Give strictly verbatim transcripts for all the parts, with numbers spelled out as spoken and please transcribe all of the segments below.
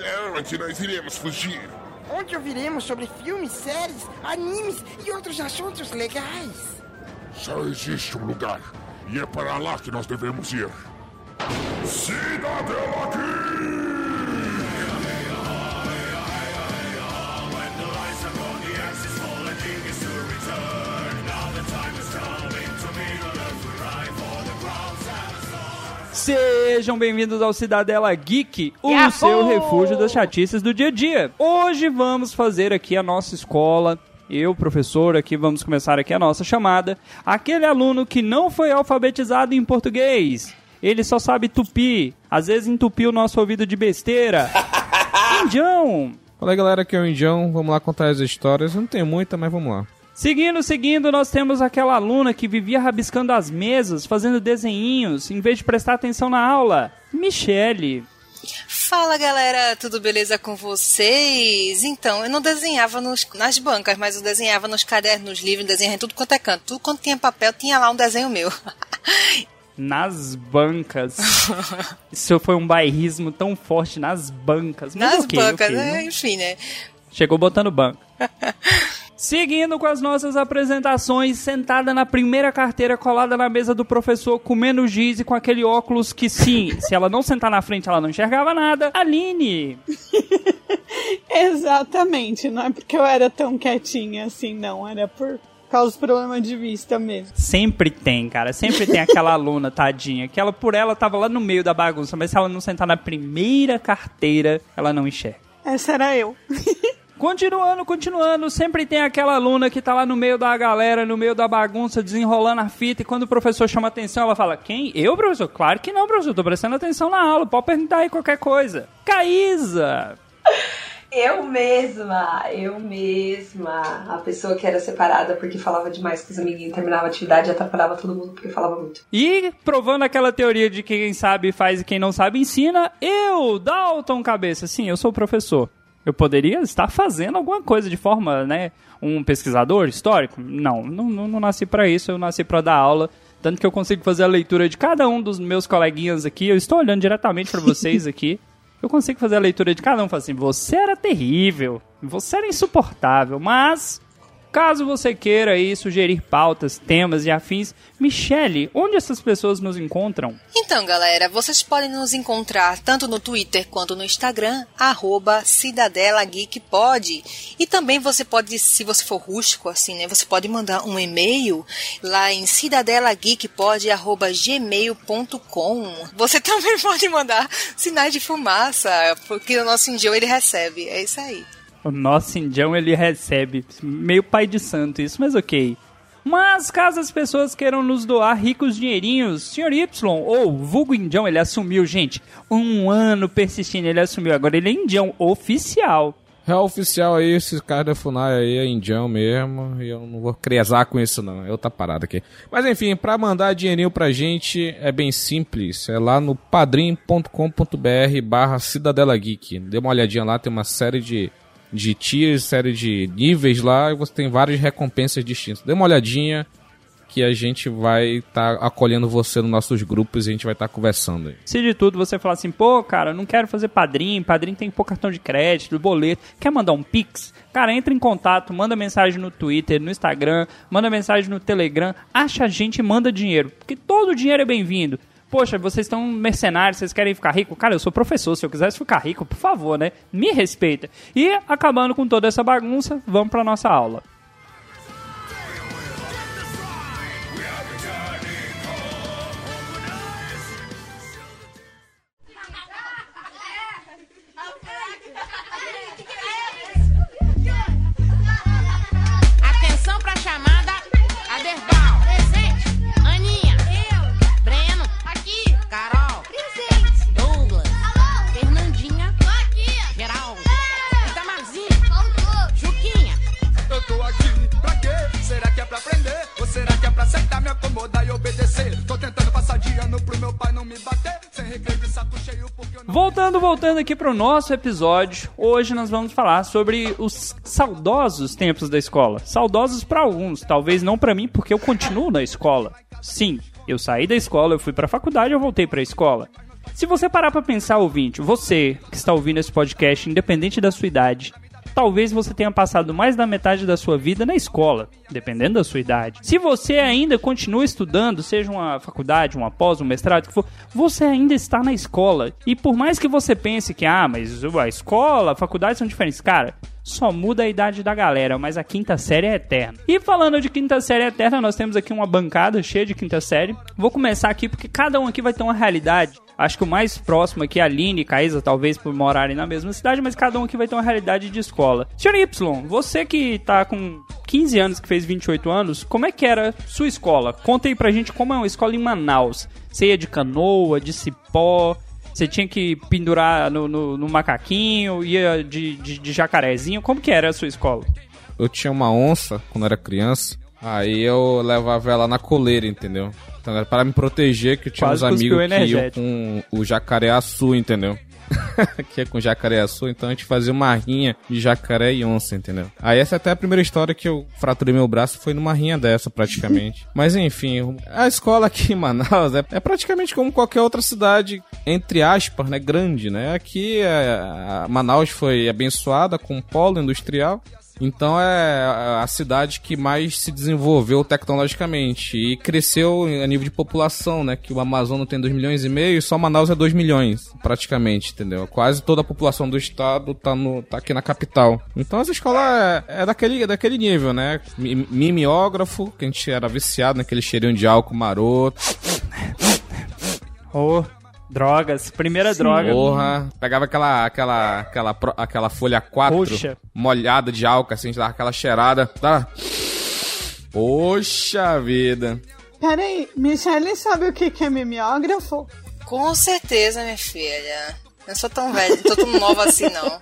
É onde nós iremos fugir. Onde ouviremos sobre filmes, séries, animes e outros assuntos legais. Só existe um lugar, e é para lá que nós devemos ir. Cidadela Geek! Sejam bem-vindos ao Cidadela Geek, o Yahoo! Seu refúgio das chatices do dia a dia. Hoje vamos fazer aqui a nossa escola. Eu, professor, aqui vamos começar aqui a nossa chamada. Aquele aluno que não foi alfabetizado em português. Ele só sabe tupi. Às vezes entupiu o nosso ouvido de besteira. Indião! Fala aí, galera, aqui é o Indião. Vamos lá contar as histórias. Não tem muita, mas vamos lá. Seguindo, seguindo, nós temos aquela aluna que vivia rabiscando as mesas, fazendo desenhinhos, em vez de prestar atenção na aula. Michele. Fala, galera, tudo beleza com vocês? Então, eu não desenhava nos, nas bancas, mas eu desenhava nos cadernos, nos livros, desenhava em tudo quanto é canto. Tudo quanto tinha papel, tinha lá um desenho meu. Nas bancas. Isso foi um bairrismo tão forte, nas bancas. Mas nas okay, bancas, okay, né? né? Enfim, né? Chegou botando banco. Seguindo com as nossas apresentações, sentada na primeira carteira colada na mesa do professor, comendo giz e com aquele óculos que sim, se ela não sentar na frente ela não enxergava nada. Aline! Exatamente, não é porque eu era tão quietinha assim, não, era por causa dos problemas de vista mesmo. Sempre tem, cara, sempre tem aquela aluna, tadinha, que ela por ela tava lá no meio da bagunça, mas se ela não sentar na primeira carteira, ela não enxerga. Essa era eu. Continuando, continuando, sempre tem aquela aluna que tá lá no meio da galera, no meio da bagunça, desenrolando a fita, e quando o professor chama atenção, ela fala, quem? Eu, professor? Claro que não, professor, tô prestando atenção na aula, pode perguntar aí qualquer coisa. Caísa! Eu mesma, eu mesma, a pessoa que era separada porque falava demais com os amiguinhos, terminava a atividade e atrapalhava todo mundo porque falava muito. E, provando aquela teoria de que quem sabe faz e quem não sabe ensina, eu, Dalton Cabeça, sim, eu sou o professor. Eu poderia estar fazendo alguma coisa de forma, né, um pesquisador histórico? Não, não, não nasci pra isso, eu nasci pra dar aula. Tanto que eu consigo fazer a leitura de cada um dos meus coleguinhas aqui. Eu estou olhando diretamente pra vocês aqui. Eu consigo fazer a leitura de cada um. Falar assim, você era terrível, você era insuportável, mas... Caso você queira aí sugerir pautas, temas e afins, Michele, onde essas pessoas nos encontram? Então, galera, vocês podem nos encontrar tanto no Twitter quanto no Instagram, arroba Cidadela Geek Pod. E também você pode, se você for rústico, assim, né, você pode mandar um e-mail lá em cidadelageekpod arroba gmail ponto com. Você também pode mandar sinais de fumaça, porque o nosso indião ele recebe. É isso aí. O nosso indião, ele recebe. Meio pai de santo isso, mas ok. Mas caso as pessoas queiram nos doar ricos dinheirinhos, senhor Y, ou vulgo indião, ele assumiu, gente, um ano persistindo, ele assumiu. Agora ele é indião oficial. É oficial aí, esse cara da FUNAI aí é indião mesmo, e eu não vou cresar com isso não, é outra parada aqui. Mas enfim, pra mandar dinheirinho pra gente é bem simples, é lá no padrim ponto com ponto br barra Cidadela Geek. Dê uma olhadinha lá, tem uma série de... de tiers, série de níveis lá, e você tem várias recompensas distintas. Dê uma olhadinha que a gente vai estar tá acolhendo você nos nossos grupos e a gente vai estar tá conversando aí. Se de tudo você falar assim, pô, cara, não quero fazer padrinho, padrinho tem que pôr cartão de crédito, boleto, quer mandar um pix? Cara, entra em contato, manda mensagem no Twitter, no Instagram, manda mensagem no Telegram, acha a gente e manda dinheiro, porque todo dinheiro é bem-vindo. Poxa, vocês estão mercenários, vocês querem ficar rico? Cara, eu sou professor, se eu quisesse ficar rico, por favor, né? Me respeita. E, acabando com toda essa bagunça, vamos pra nossa aula. Atenção pra chamada Aderbal. Presente. Aninha. Eu. Breno. Aqui. Carol. Presente. Douglas. Alô. Fernandinha. Tô aqui. Geraldo. É. Itamarzinho. Faltou. Juquinha. Eu tô aqui pra quê? Será que é pra aprender? Ou será que é pra aceitar, me acomodar e obedecer? Tô tentando passar de ano pro meu pai não me bater. Sem recreio de saco cheio porque eu não... Voltando, voltando aqui pro nosso episódio, hoje nós vamos falar sobre os saudosos tempos da escola. Saudosos pra alguns, talvez não pra mim, porque eu continuo na escola. Sim, eu saí da escola, eu fui pra faculdade, eu voltei pra escola. Se você parar pra pensar, ouvinte, você que está ouvindo esse podcast, independente da sua idade, talvez você tenha passado mais da metade da sua vida na escola, dependendo da sua idade. Se você ainda continua estudando, seja uma faculdade, uma pós, um mestrado, o que for, você ainda está na escola. E por mais que você pense que, ah, mas a escola, a faculdade são diferentes, cara, só muda a idade da galera, mas a quinta série é eterna. E falando de quinta série eterna, nós temos aqui uma bancada cheia de quinta série. Vou começar aqui porque cada um aqui vai ter uma realidade. Acho que o mais próximo aqui é a Aline e Caísa, talvez por morarem na mesma cidade, mas cada um aqui vai ter uma realidade de escola. senhor Y, você que tá com quinze anos, que fez vinte e oito anos, como é que era sua escola? Conta aí pra gente como é uma escola em Manaus. Você ia de canoa, de cipó... Você tinha que pendurar no, no, no macaquinho, ia de, de, de jacarezinho. Como que era a sua escola? Eu tinha uma onça quando era criança. Aí eu levava ela na coleira, entendeu? Então era para me proteger, que eu tinha Quase uns amigos que iam energético. com o jacaré-açu, entendeu? Que é com jacaré-açu, então a gente fazia uma rinha de jacaré e onça, entendeu? Aí essa é até a primeira história que eu fraturei meu braço, foi numa rinha dessa, praticamente. Mas enfim, a escola aqui em Manaus é, é praticamente como qualquer outra cidade, entre aspas, né, grande, né? Aqui é, a Manaus foi abençoada com um polo industrial. Então é a cidade que mais se desenvolveu tecnologicamente e cresceu a nível de população, né? Que o Amazonas tem dois milhões e meio e só Manaus é dois milhões, praticamente, entendeu? Quase toda a população do estado tá, no, tá aqui na capital. Então essa escola é, é, daquele, é daquele nível, né? Mimeógrafo, que a gente era viciado naquele cheirinho de álcool maroto. Oh... Drogas, primeira Sim. droga. Porra, pegava aquela, aquela, aquela, aquela folha quatro Poxa. molhada de álcool, assim, dava aquela cheirada. Tá? Poxa vida. Peraí, Michele sabe o que que é mimeógrafo? Com certeza, minha filha. Eu não sou tão velha, não tô tão nova assim, não.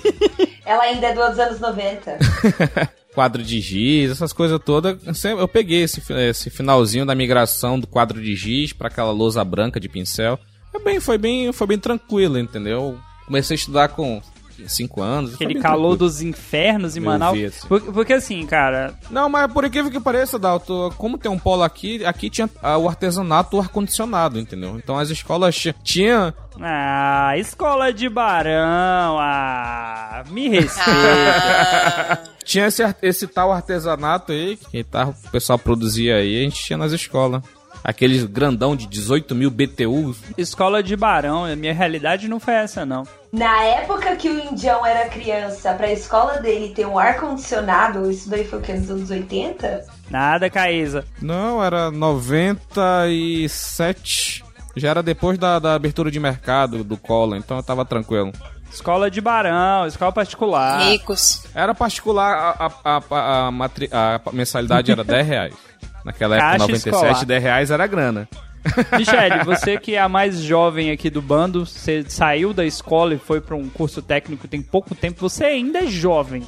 Ela ainda é dos anos noventa. Quadro de giz, essas coisas todas. Eu peguei esse, esse finalzinho da migração do quadro de giz pra aquela lousa branca de pincel. É bem, foi, bem, foi bem tranquilo, entendeu? Comecei a estudar com cinco anos. Aquele calor tranquilo. Dos infernos em Manaus. Vi, assim. Porque, porque assim, cara... Não, mas por incrível que pareça, Dalton, como tem um polo aqui, aqui tinha o artesanato, o ar-condicionado, entendeu? Então as escolas tinham... Ah, escola de Barão, ah, me respeita. Tinha esse, esse tal artesanato aí, que tá, o pessoal produzia aí, a gente tinha nas escolas. Aqueles grandão de dezoito mil B T Us. Escola de Barão, a minha realidade não foi essa, não. Na época que o Indião era criança, pra escola dele ter um ar-condicionado, isso daí foi o que, nos anos oitenta? Nada, Caísa. Não, era noventa e sete. Já era depois da, da abertura de mercado do Collor, então eu tava tranquilo. Escola de Barão, escola particular. Ricos. Era particular, a, a, a, a, matri- a mensalidade era dez reais. Naquela época, Caixa noventa e sete, escolar. dez reais era grana. Michele, você que é a mais jovem aqui do bando, você saiu da escola e foi para um curso técnico tem pouco tempo, você ainda é jovem.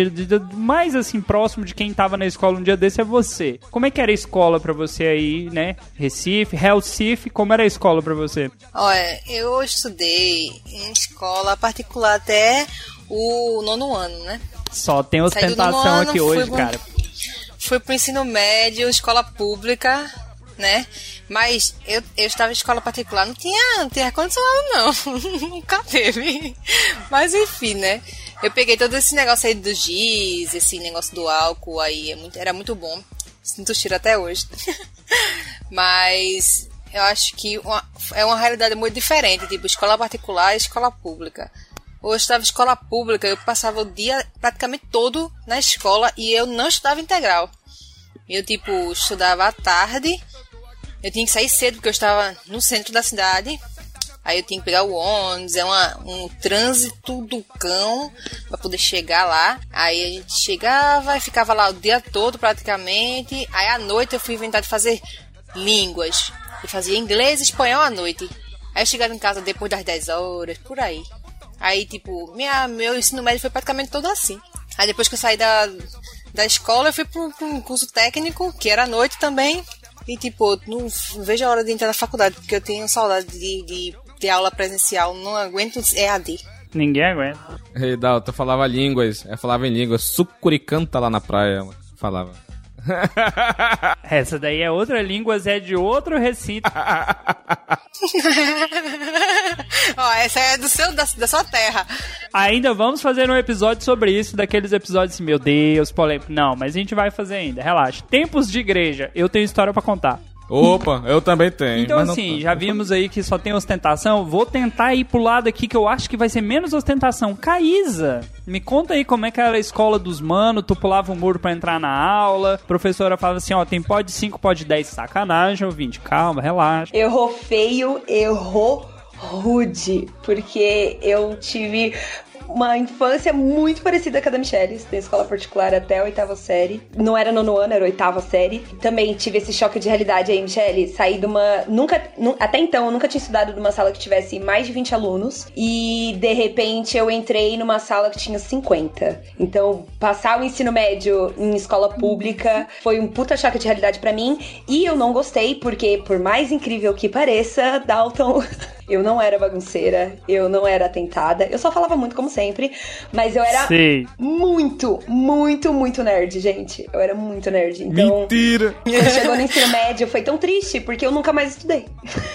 Mais assim, próximo de quem tava na escola um dia desse é você. Como é que era a escola pra você aí, né? Recife, Recife, como era a escola pra você? Olha, eu estudei em escola particular até o nono ano, né? Só tem ostentação aqui hoje, pro, cara. Fui pro ensino médio, escola pública, né? Mas eu, eu estava em escola particular, não tinha, não tinha ar-condicionado, não. Nunca teve. Mas enfim, né? Eu peguei todo esse negócio aí do giz, esse negócio do álcool aí, é muito, era muito bom. Sinto cheiro até hoje. Mas eu acho que uma, é uma realidade muito diferente, tipo, escola particular e escola pública. Hoje eu estava em escola pública, eu passava o dia praticamente todo na escola e eu não estudava integral. Eu, tipo, estudava à tarde, eu tinha que sair cedo porque eu estava no centro da cidade, aí eu tinha que pegar o ônibus, é uma, um trânsito do cão para poder chegar lá. Aí a gente chegava e ficava lá o dia todo praticamente, aí à noite eu fui inventar de fazer línguas. Eu fazia inglês e espanhol à noite. Aí eu chegava em casa depois das dez horas, por aí. Aí, tipo, minha, meu ensino médio foi praticamente todo assim. Aí depois que eu saí da, da escola, eu fui para um curso técnico, que era à noite também. E, tipo, não, não vejo a hora de entrar na faculdade, porque eu tenho saudade de, de, de aula presencial. Não aguento E A D. Ninguém aguenta. Ei, Dalton, eu falava línguas. Eu falava em línguas. Sucuricanta lá na praia, ela falava. Essa daí é outra língua, é de outro recinto. Ó, essa é do seu, da, da sua terra. Ainda vamos fazer um episódio sobre isso, daqueles episódios, meu Deus, polêmico. Não, mas a gente vai fazer ainda, relaxa. Tempos de igreja, eu tenho história pra contar. Opa, eu também tenho. Então mas assim, não... já vimos aí que só tem ostentação. Vou tentar ir pro lado aqui que eu acho que vai ser menos ostentação. Caísa, me conta aí como é que era a escola dos mano. Tu pulava o muro pra entrar na aula. A professora falava assim, ó, tem pod cinco, pod dez. Sacanagem, ouvinte, calma, relaxa. Errou feio, errou rude, porque eu tive uma infância muito parecida com a da Michelle, da escola particular até a oitava série. Não era nono ano, era oitava série. Também tive esse choque de realidade aí, Michelle. Saí de uma... Nunca, nu... Até então, eu nunca tinha estudado numa sala que tivesse mais de vinte alunos. E, de repente, eu entrei numa sala que tinha cinquenta. Então, passar o ensino médio em escola pública foi um puta choque de realidade pra mim. E eu não gostei, porque, por mais incrível que pareça, Dalton... Eu não era bagunceira, eu não era atentada, eu só falava muito como sempre, mas eu era Sim. muito, muito, muito nerd, gente. Eu era muito nerd, então... Mentira! Quando chegou no ensino médio, foi tão triste, porque eu nunca mais estudei.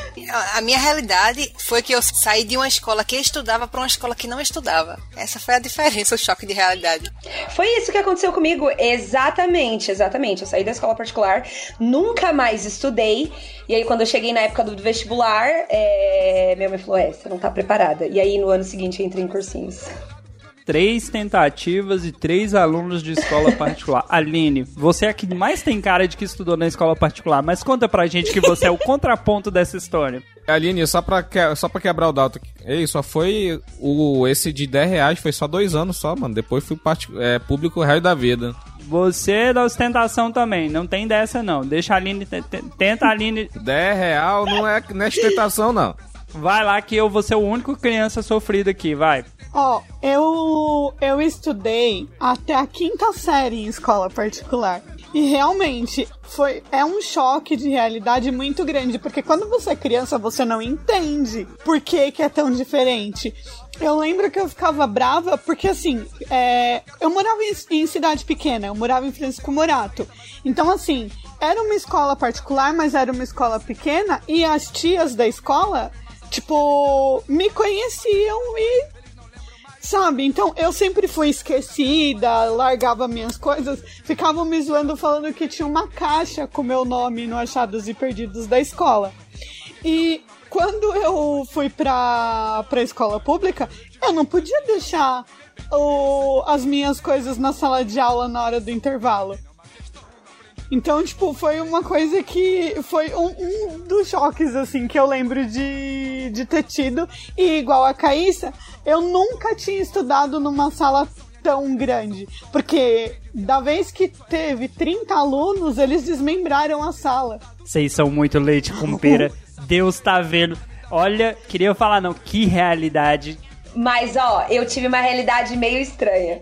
A minha realidade foi que eu saí de uma escola que estudava pra uma escola que não estudava. Essa foi a diferença, o choque de realidade. Foi isso que aconteceu comigo, exatamente, exatamente. Eu saí da escola particular, nunca mais estudei, e aí quando eu cheguei na época do vestibular, é... minha mãe falou, é, você não tá preparada. E aí no ano seguinte eu entrei em cursinhos. Três tentativas e três alunos de escola particular. Aline, você é a que mais tem cara de que estudou na escola particular, mas conta pra gente que você é o contraponto dessa história. Aline, só pra, que... só pra quebrar o Dalton, ei, só foi o... esse de dez reais, foi só dois anos só, mano. Depois fui part... é, público o resto da vida. Você é da ostentação também, não tem dessa não. Deixa a Aline, t- t- tenta a Aline... dez real não é, não é ostentação não. Vai lá que eu vou ser o único criança sofrida aqui, vai. Ó, eu, eu estudei até a quinta série em escola particular. E realmente, foi, é um choque de realidade muito grande. Porque quando você é criança, você não entende por que, que é tão diferente. Eu lembro que eu ficava brava porque, assim, é, eu morava em, em cidade pequena. Eu morava em Francisco Morato. Então, assim, era uma escola particular, mas era uma escola pequena. E as tias da escola... Tipo, me conheciam e, sabe, então eu sempre fui esquecida, largava minhas coisas, ficavam me zoando falando que tinha uma caixa com meu nome no Achados e Perdidos da escola. E quando eu fui pra, pra escola pública, eu não podia deixar o, as minhas coisas na sala de aula na hora do intervalo. Então, tipo, foi uma coisa que... Foi um, um dos choques, assim, que eu lembro de, de ter tido. E igual a Caíssa, eu nunca tinha estudado numa sala tão grande. Porque da vez que teve trinta alunos, eles desmembraram a sala. Vocês são muito leite com pera. Deus tá vendo. Olha, queria falar não, que realidade. Mas, ó, eu tive uma realidade meio estranha.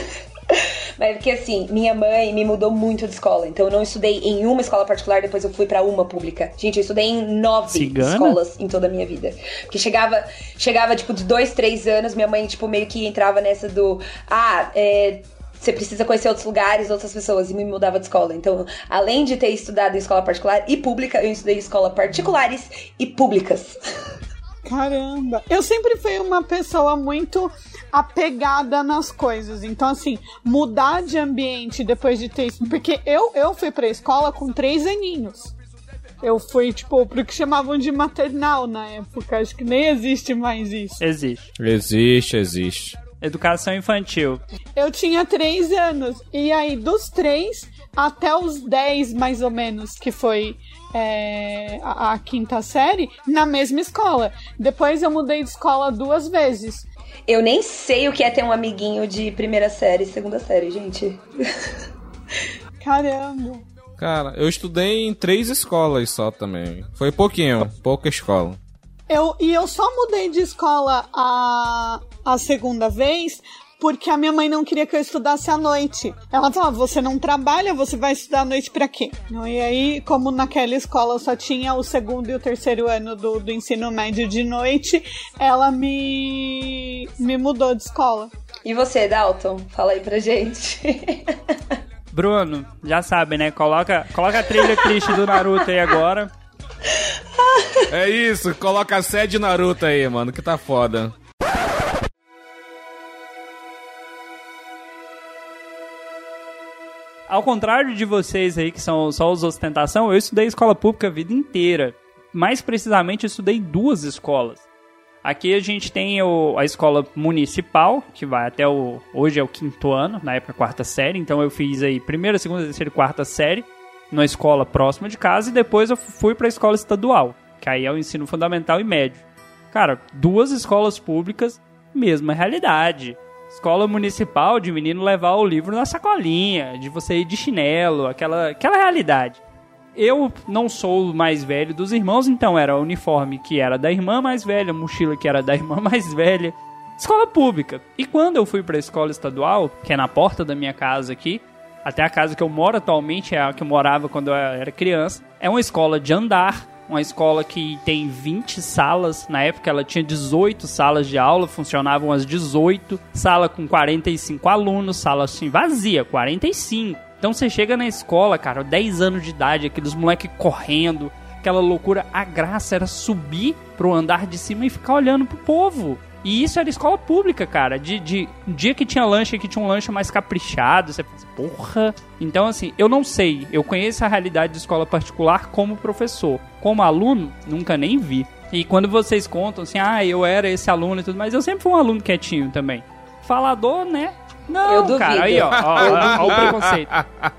Mas porque assim, minha mãe me mudou muito de escola. Então eu não estudei em uma escola particular, depois eu fui pra uma pública. Gente, eu estudei em nove Cigana? escolas em toda a minha vida. Porque chegava, chegava tipo, de dois, três anos, minha mãe, tipo, meio que entrava nessa do... Ah, é... Você precisa conhecer outros lugares, outras pessoas, e me mudava de escola. Então, além de ter estudado em escola particular e pública, eu estudei em escola particulares e públicas. Caramba! Eu sempre fui uma pessoa muito apegada nas coisas. Então, assim, mudar de ambiente depois de ter... Porque eu, eu fui pra escola com três aninhos. Eu fui, tipo, pro que chamavam de maternal na época. Acho que nem existe mais isso. Existe. Existe, existe. Educação infantil. Eu tinha três anos. E aí, dos três até os dez, mais ou menos, que foi... É, a, a quinta série, na mesma escola. Depois eu mudei de escola duas vezes. Eu nem sei o que é ter um amiguinho de primeira série, segunda série, gente. Caramba. Cara, eu estudei em três escolas só também. Foi pouquinho, pouca escola. Eu, e eu só mudei de escola a, a segunda vez porque a minha mãe não queria que eu estudasse à noite. Ela falava, você não trabalha, você vai estudar à noite pra quê? E aí, como naquela escola só tinha o segundo e o terceiro ano do, do ensino médio de noite, ela me, me mudou de escola. E você, Dalton? Fala aí pra gente. Bruno, já sabe, né? Coloca, coloca a trilha triste do Naruto aí agora. É isso, coloca a sede Naruto aí, mano, que tá foda. Ao contrário de vocês aí, que são só os ostentação, eu estudei escola pública a vida inteira. Mais precisamente, eu estudei em duas escolas. Aqui a gente tem o, a escola municipal, que vai até o... Hoje é o quinto ano, na época quarta série. Então eu fiz aí primeira, segunda, terceira e quarta série numa escola próxima de casa. E depois eu fui para a escola estadual, que aí é o ensino fundamental e médio. Cara, duas escolas públicas, mesma realidade. Escola municipal de menino levar o livro na sacolinha, de você ir de chinelo, aquela, aquela realidade. Eu não sou o mais velho dos irmãos, então era o uniforme que era da irmã mais velha, mochila que era da irmã mais velha. Escola pública. E quando eu fui para a escola estadual, que é na porta da minha casa aqui, até a casa que eu moro atualmente é a que eu morava quando eu era criança, é uma escola de andar, uma escola que tem vinte salas, na época ela tinha dezoito salas de aula, funcionavam as dezoito, sala com quarenta e cinco alunos, sala assim vazia, quarenta e cinco. Então você chega na escola, cara, dez anos de idade, aqueles moleques correndo, aquela loucura. A graça era subir pro andar de cima e ficar olhando pro povo. E isso era escola pública, cara. De, de um dia que tinha lanche, que tinha um lanche mais caprichado, você pensa, porra. Então, assim, eu não sei. Eu conheço a realidade de escola particular como professor. Como aluno, nunca nem vi. E quando vocês contam assim, ah, eu era esse aluno e tudo mais, eu sempre fui um aluno quietinho também. Falador, né? Não, eu duvido. Cara, aí ó, ó, ó, ó o preconceito.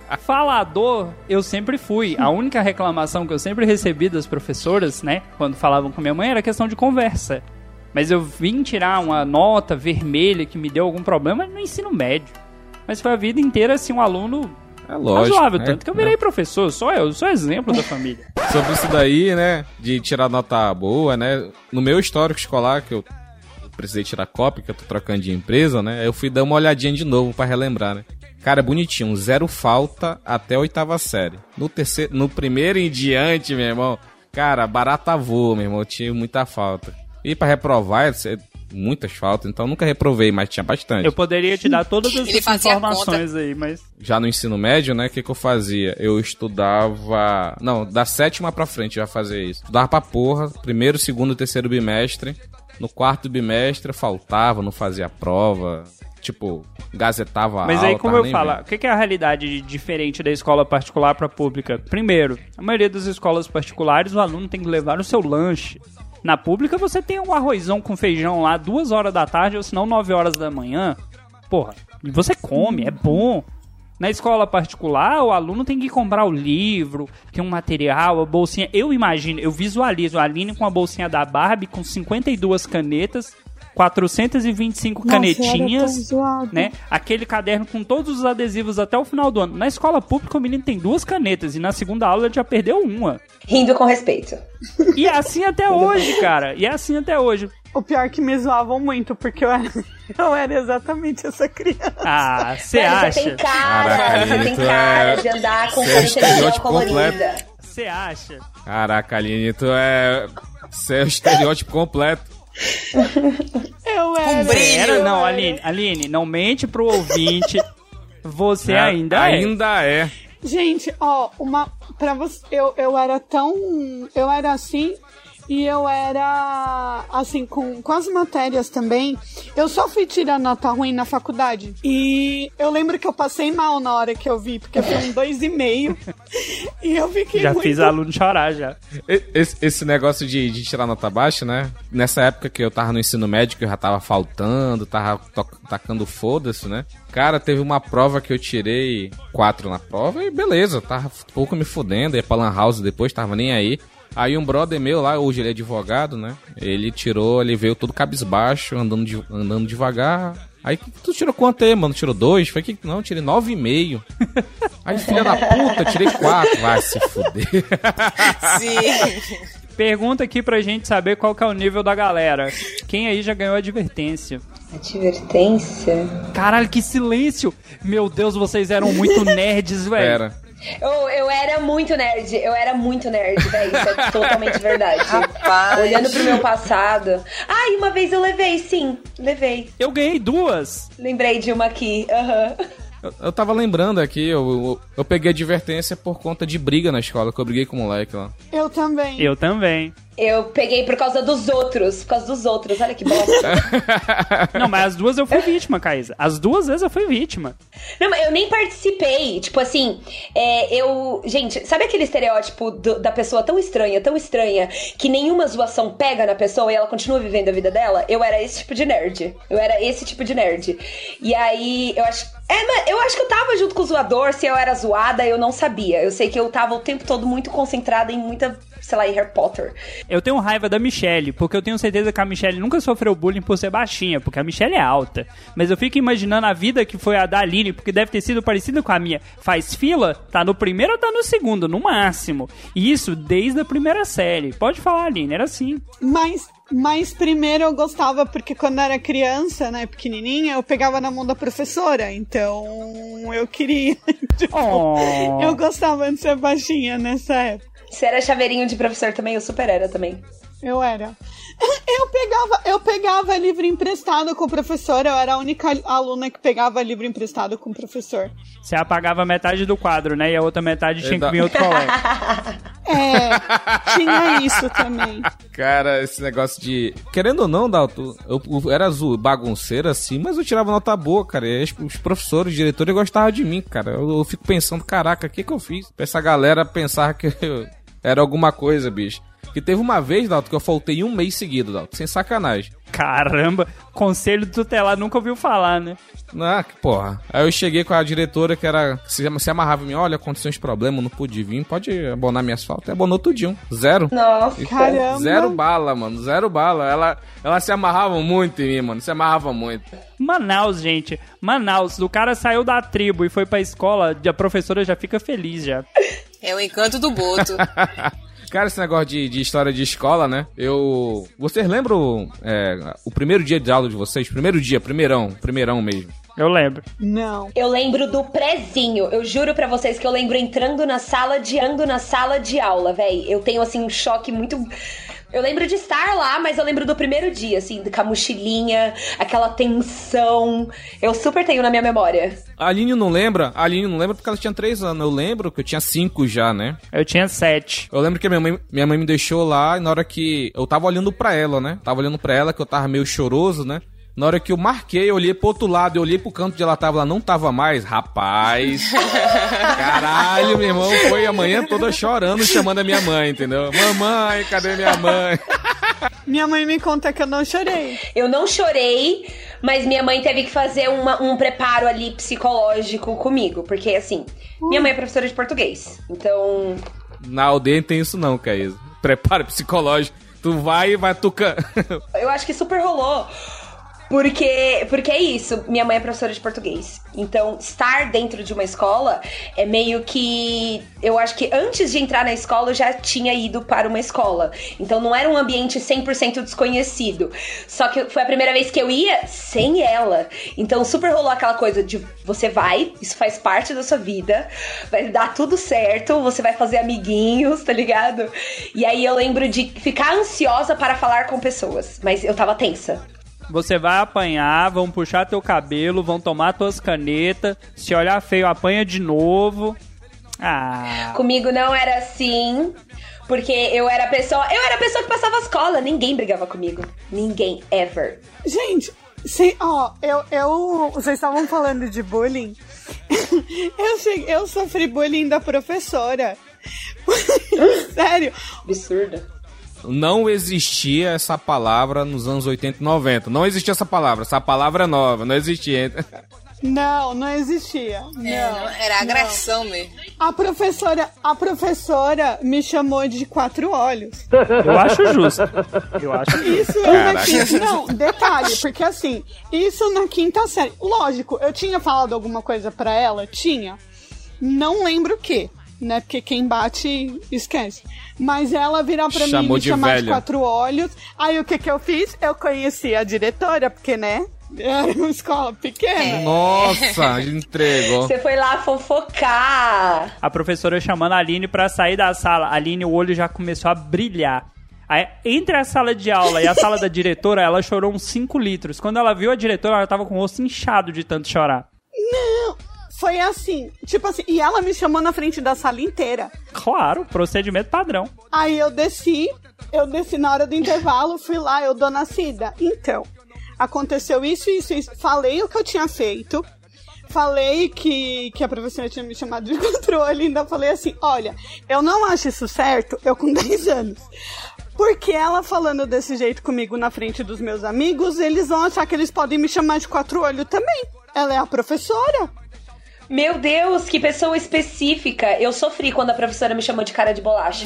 Falador, eu sempre fui. A única reclamação que eu sempre recebi das professoras, né, quando falavam com minha mãe, era questão de conversa. Mas eu vim tirar uma nota vermelha que me deu algum problema no ensino médio. Mas foi a vida inteira, assim, um aluno é lógico, razoável, é, tanto que eu virei é. professor. Só eu, sou exemplo da família. Sobre isso daí, né, de tirar nota boa, né, no meu histórico escolar, que eu precisei tirar cópia, que eu tô trocando de empresa, né? Eu fui dar uma olhadinha de novo pra relembrar, né? Cara, bonitinho, zero falta até a oitava série. No terceiro, no primeiro em diante, meu irmão, cara, barata voa, meu irmão, eu tinha muita falta. E pra reprovar, muitas faltas, então nunca reprovei, mas tinha bastante. Eu poderia te dar todas essas informações aí, mas... Já no ensino médio, né, o que que eu fazia? Eu estudava... Não, da sétima pra frente eu já fazia isso. Estudava pra porra, primeiro, segundo e terceiro bimestre. No quarto bimestre faltava, não fazia prova, tipo, gazetava a aula. Mas aí, como eu nem falo, vendo. o que é a realidade diferente da escola particular para pública? Primeiro, a maioria das escolas particulares, o aluno tem que levar o seu lanche. Na pública, você tem um arrozão com feijão lá, duas horas da tarde, ou senão nove horas da manhã. Porra, e você come, é bom. Na escola particular, o aluno tem que comprar o livro, tem um material, a bolsinha. Eu imagino, eu visualizo a Aline com a bolsinha da Barbie, com cinquenta e duas canetas, quatrocentas e vinte e cinco Nossa, canetinhas, né? Aquele caderno com todos os adesivos até o final do ano. Na escola pública, o menino tem duas canetas e na segunda aula ele já perdeu uma. Rindo com respeito. E é assim até hoje, cara. E é assim até hoje. O pior é que me zoavam muito, porque eu era, eu era exatamente essa criança. Ah, você Velho, acha? Você tem cara, Caraca, você tem tu cara é- de andar com você é caneta de gel estereótipo colorida. Você acha? Caraca, Aline, tu é... Você é o estereótipo completo. Eu era. brilho. Era, não, Aline, Aline, não mente pro ouvinte. Você É, ainda é. Ainda é. Gente, ó, uma. Pra você. Eu, eu era tão. Eu era assim. E eu era, assim, com, com as matérias também, eu só fui tirar nota ruim na faculdade. E eu lembro que eu passei mal na hora que eu vi, porque foi um dois e meio. E eu fiquei Já muito... fiz aluno chorar, já. Esse, esse negócio de, de tirar nota baixa, né? Nessa época que eu tava no ensino médio, que eu já tava faltando, tava to- tacando foda-se, né? Cara, teve uma prova que eu tirei quatro na prova e beleza, tava pouco me fudendo, ia pra lan house depois, tava nem aí. Aí um brother meu lá, hoje ele é advogado, né? Ele tirou, ele veio todo cabisbaixo, andando, de, andando devagar. Aí, tu tirou quanto aí, mano? Tirou dois? Foi que não, tirei nove e meio. Aí, filha da puta, tirei quatro. Vai se fuder. Sim. Pergunta aqui pra gente saber qual que é o nível da galera. Quem aí já ganhou advertência? Advertência? Caralho, que silêncio! Meu Deus, vocês eram muito nerds, velho. Pera. Eu, eu era muito nerd, eu era muito nerd, velho. Isso é totalmente verdade. Rapaz. Olhando pro meu passado. Ah, e uma vez eu levei, sim, levei. Eu ganhei duas. Lembrei de uma aqui. Aham. Eu, eu tava lembrando aqui, eu, eu, eu peguei advertência por conta de briga na escola, que eu briguei com o moleque lá. Eu também. Eu também. Eu peguei por causa dos outros. Por causa dos outros, olha que bosta. Não, mas as duas eu fui vítima, Caísa. As duas vezes eu fui vítima. Não, mas eu nem participei. Tipo assim, é, eu... Gente, sabe aquele estereótipo do, da pessoa tão estranha, tão estranha, que nenhuma zoação pega na pessoa e ela continua vivendo a vida dela? Eu era esse tipo de nerd. Eu era esse tipo de nerd. E aí, eu acho... É, mas eu acho que eu tava junto com o zoador. Se eu era zoada, eu não sabia. Eu sei que eu tava o tempo todo muito concentrada em muita... sei lá, em Harry Potter. Eu tenho raiva da Michelle, porque eu tenho certeza que a Michelle nunca sofreu bullying por ser baixinha, porque a Michelle é alta. Mas eu fico imaginando a vida que foi a da Aline, porque deve ter sido parecida com a minha. Faz fila, tá no primeiro ou tá no segundo, no máximo. E isso desde a primeira série. Pode falar, Aline, era assim. Mas... Mas primeiro eu gostava, porque quando eu era criança, né, pequenininha, eu pegava na mão da professora, então eu queria, tipo, Oh. eu gostava de ser baixinha nessa época. Você era chaveirinho de professor também? Eu super era também. Eu era. Eu pegava, eu pegava livro emprestado com o professor, eu era a única aluna que pegava livro emprestado com o professor. Você apagava metade do quadro, né, e a outra metade tinha que vir outro colega. É, tinha isso também. Cara, esse negócio de... Querendo ou não, Dalton, eu, eu era azul, bagunceiro assim, mas eu tirava nota boa, cara. E os professores, os diretores gostavam de mim, cara. Eu, eu fico pensando, caraca, o que que eu fiz? Pra essa galera pensar que eu era alguma coisa, bicho. Que teve uma vez, Dalton, que eu faltei um mês seguido, Dalton, sem sacanagem. Caramba, conselho tutelar nunca ouviu falar, né? Ah, que porra. Aí eu cheguei com a diretora que era... Se, se amarrava em mim, olha, aconteceu uns problemas, não pude vir, pode abonar minhas faltas. Abonou tudinho. Zero. Nossa, e, caramba. Zero bala, mano. Zero bala. Ela, ela se amarrava muito em mim, mano. Se amarrava muito. Manaus, gente. Manaus. O cara saiu da tribo e foi pra escola, a professora já fica feliz já. É o encanto do boto. Cara, esse negócio de, de história de escola, né? Eu... Vocês lembram é, o primeiro dia de aula de vocês? Primeiro dia, primeirão. Primeirão mesmo. Eu lembro. Não. Eu lembro do prézinho. Eu juro pra vocês que eu lembro entrando na sala de, ando na sala de aula, véi. Eu tenho, assim, um choque muito... Eu lembro de estar lá, mas eu lembro do primeiro dia, assim, com a mochilinha, aquela tensão. Eu super tenho na minha memória. A Aline não lembra? A Aline não lembra porque ela tinha três anos. Eu lembro que eu tinha cinco já, né? Eu tinha sete. Eu lembro que minha mãe, minha mãe me deixou lá e na hora que... Eu tava olhando pra ela, né? Tava olhando pra ela que eu tava meio choroso, né? Na hora que eu marquei, eu olhei pro outro lado, eu olhei pro canto de ela tava lá, não tava mais. Rapaz, caralho, meu irmão foi a manhã toda chorando, chamando a minha mãe, entendeu? Mamãe, cadê minha mãe? Minha mãe me conta que eu não chorei. Eu não chorei, mas minha mãe teve que fazer uma, um preparo ali psicológico comigo. Porque, assim, minha mãe é professora de português. Então... Na aldeia não tem isso não, Caísa. Preparo psicológico. Tu vai e vai tucando. Eu acho que super rolou. Porque, porque é isso, minha mãe é professora de português. Então, estar dentro de uma escola é meio que... Eu acho que antes de entrar na escola, eu já tinha ido para uma escola. Então, não era um ambiente cem por cento desconhecido. Só que foi a primeira vez que eu ia sem ela. Então, super rolou aquela coisa de você vai, isso faz parte da sua vida, vai dar tudo certo, você vai fazer amiguinhos, tá ligado? E aí, eu lembro de ficar ansiosa para falar com pessoas. Mas eu tava tensa. Você vai apanhar, vão puxar teu cabelo, vão tomar tuas canetas, se olhar feio, apanha de novo. Ah. Comigo não era assim, porque eu era a pessoa, eu era a pessoa que passava a escola, ninguém brigava comigo. Ninguém, ever. Gente, sim, ó, eu, eu, vocês estavam falando de bullying. eu, cheguei, eu sofri bullying da professora. Sério. Absurdo. Não existia essa palavra nos anos oitenta e noventa. Não existia essa palavra. Essa palavra é nova. Não existia. Não, não existia. Não, É, não, era agressão não. mesmo. A professora, a professora me chamou de quatro olhos. Eu acho justo. Eu acho justo. Isso eu na quinta... Não, detalhe, porque assim, isso na quinta série. Lógico, eu tinha falado alguma coisa pra ela? Tinha. Não lembro o quê, né? Porque quem bate, esquece. Mas ela virar pra Chamou mim e me de chamar velha. de quatro olhos. Aí o que que eu fiz? Eu conheci a diretora, porque, né? Era uma escola pequena. Nossa, entregou. Você foi lá fofocar. A professora chamando a Aline pra sair da sala. A Aline, o olho já começou a brilhar. Aí, entre a sala de aula e a sala da diretora, ela chorou uns cinco litros. Quando ela viu a diretora, ela tava com o rosto inchado de tanto chorar. Não, foi assim, tipo assim, e ela me chamou na frente da sala inteira. Claro, procedimento padrão. Aí eu desci, eu desci na hora do intervalo, fui lá, eu, dona Cida, então, aconteceu isso, isso, isso. Falei o que eu tinha feito, falei que, que a professora tinha me chamado de controle, ainda falei assim, olha, eu não acho isso certo, eu com dez anos. Porque ela falando desse jeito comigo na frente dos meus amigos, eles vão achar que eles podem me chamar de quatro olhos também. Ela é a professora. Meu Deus, que pessoa específica. Eu sofri quando a professora me chamou de cara de bolacha.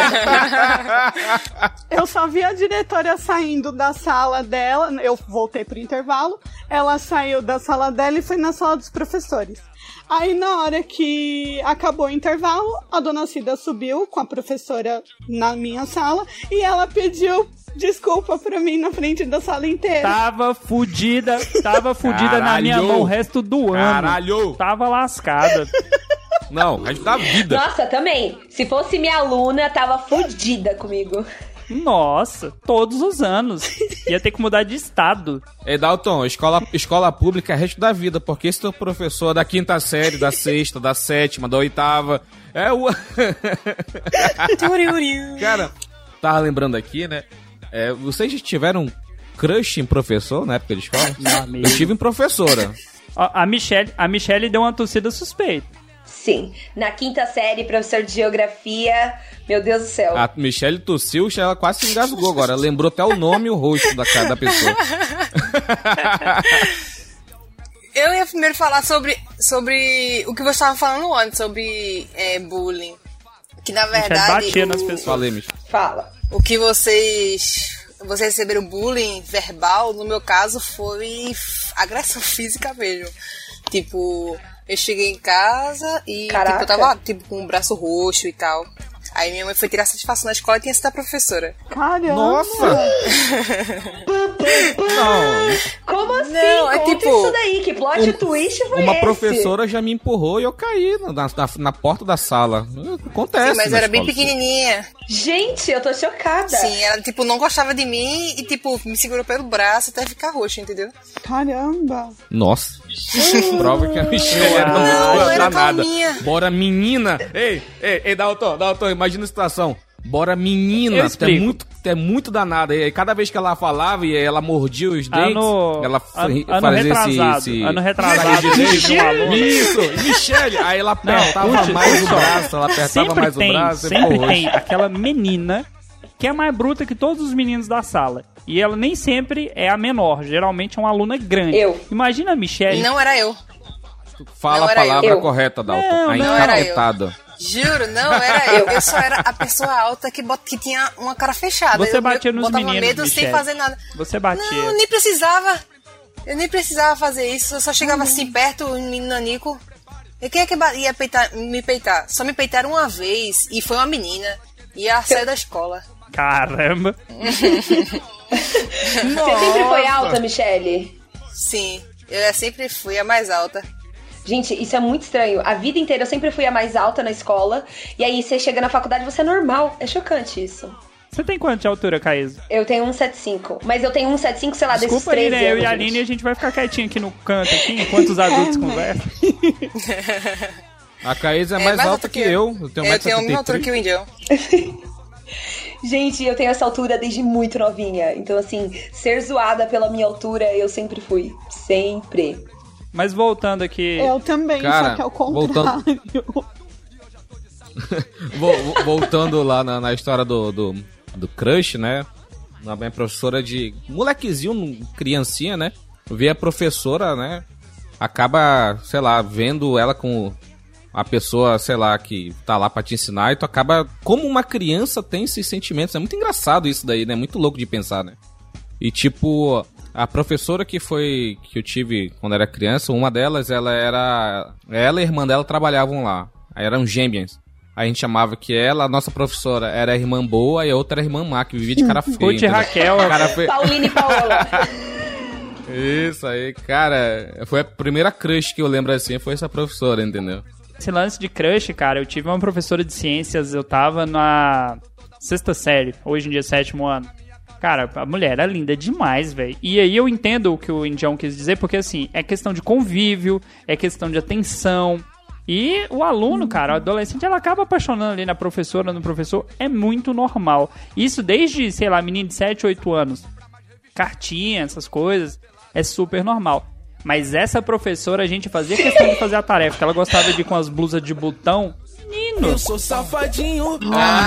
Eu só vi a diretora saindo da sala dela. Eu voltei pro intervalo. Ela saiu da sala dela e foi na sala dos professores. Aí, na hora que acabou o intervalo, a dona Cida subiu com a professora na minha sala e ela pediu desculpa pra mim na frente da sala inteira. Tava fudida, tava fudida na minha mão o resto do ano. Caralho! Tava lascada. Não, o resto da vida. Nossa, também. Se fosse minha aluna, tava fudida comigo. Nossa, todos os anos. Ia ter que mudar de estado. Ei, Dalton, escola, escola pública é o resto da vida, porque esse teu professor da quinta série, da sexta, da sétima, da oitava, é o... Cara, tava lembrando aqui, né? É, vocês já tiveram crush em professor na época de escola? Não, eu tive em professora. A Michelle, a Michelle deu uma tossida suspeita. Sim, na quinta série, professor de geografia, meu Deus do céu. A Michelle tossiu, ela quase se engasgou agora. Ela lembrou até o nome e o rosto da cara da pessoa. Eu ia primeiro falar sobre, sobre o que você estava falando antes, sobre é, bullying. Que na verdade... batia o, nas pessoas. Falei, Michelle. Fala. O que vocês... Vocês receberam bullying verbal, no meu caso, foi agressão física mesmo. Tipo... Eu cheguei em casa e tipo, eu tava tipo, com o braço roxo e tal. Aí minha mãe foi tirar satisfação na escola e tinha sido a professora. Caramba! Nossa! Não. Como assim? Não, é Conta tipo, isso daí, que plot um, twist foi Uma esse? professora já me empurrou e eu caí na, na, na porta da sala. Acontece. Sim, mas na era escola. bem pequenininha. Gente, eu tô chocada. Sim, ela tipo não gostava de mim e tipo me segurou pelo braço até ficar roxo, entendeu? Caramba! Nossa. Prova que a Michelle era Não, muito era danada. calminha. Bora, menina! Ei, ei, ei, Dalton, Dalton, imagina a situação. Bora, menina! Tu é muito, tu é muito danada. E aí, cada vez que ela falava e ela mordia os dentes, ano, ela ano, ano fazia retrasado, esse, esse... Ano retrasado. Isso, um aluno. isso, Michelle! Aí ela apertava Não, mais puxa, o braço, ela apertava sempre mais tem, o braço. Sempre pô, tem aquela menina que é mais bruta que todos os meninos da sala. E ela nem sempre é a menor, geralmente é uma aluna grande. Eu. Imagina a Michelle. Não era eu. Fala Não a era palavra eu. correta, Dalton. Não, a não era eu. encapetada. Juro, não era eu. Eu só era a pessoa alta que, bot... que tinha uma cara fechada. Você eu batia nos botava meninos, medo Michelle. sem fazer nada. Você batia. Não, nem precisava. Eu nem precisava fazer isso. Eu só chegava assim perto, o menino nanico. E quem é que ba- ia peitar, me peitar? Só me peitaram uma vez e foi uma menina. E ela saiu da escola. Caramba. Você sempre foi alta, Michelle? Sim, eu sempre fui a mais alta. Gente, isso é muito estranho. A vida inteira eu sempre fui a mais alta na escola. E aí você chega na faculdade e você é normal. É chocante isso. Você tem quanto de altura, Caísa? Eu tenho um vírgula setenta e cinco. Mas eu tenho um vírgula setenta e cinco, sei lá, desses Desculpa aí, treze né? Eu anos, e a gente. Aline, a gente vai ficar quietinho aqui no canto, aqui, enquanto os adultos conversam. A Caísa é É, mais mais alta alta que que eu. Eu tenho Eu tenho a mesma altura um que o Indião. Gente, eu tenho essa altura desde muito novinha. Então, assim, ser zoada pela minha altura, eu sempre fui. Sempre. Mas voltando aqui... Eu também, Cara, só que é o contrário. Vol- Voltando lá na, na história do, do, do crush, né? Na minha professora de... Molequezinho, criancinha, né? Vê a professora, né? Acaba, sei lá, vendo ela com a pessoa, sei lá, que tá lá pra te ensinar. E tu acaba... Como uma criança tem esses sentimentos. É muito engraçado isso daí, né? Muito louco de pensar, né? E tipo... A professora que foi... Que eu tive quando era criança, uma delas, ela era... Ela e a irmã dela trabalhavam lá. Aí eram gêmeas. A gente chamava que ela, a nossa professora, era a irmã boa e a outra era a irmã má, que vivia de cara feia. Ruth e Raquel. Cara fe... Paulina e Paola. Isso aí, cara. Foi a primeira crush que eu lembro assim, foi essa professora, entendeu? Esse lance de crush, cara, eu tive uma professora de ciências, eu tava na sexta série, hoje em dia sétimo ano. Cara, a mulher era linda demais, velho. E aí eu entendo o que o Indião quis dizer, porque assim, é questão de convívio, é questão de atenção. E o aluno, cara, o adolescente, ela acaba apaixonando ali na professora, no professor, é muito normal. Isso desde, sei lá, menino de sete, oito anos. Cartinha, essas coisas, é super normal. Mas essa professora, a gente fazia questão de fazer a tarefa, que ela gostava de ir com as blusas de botão. Menino! Eu sou safadinho!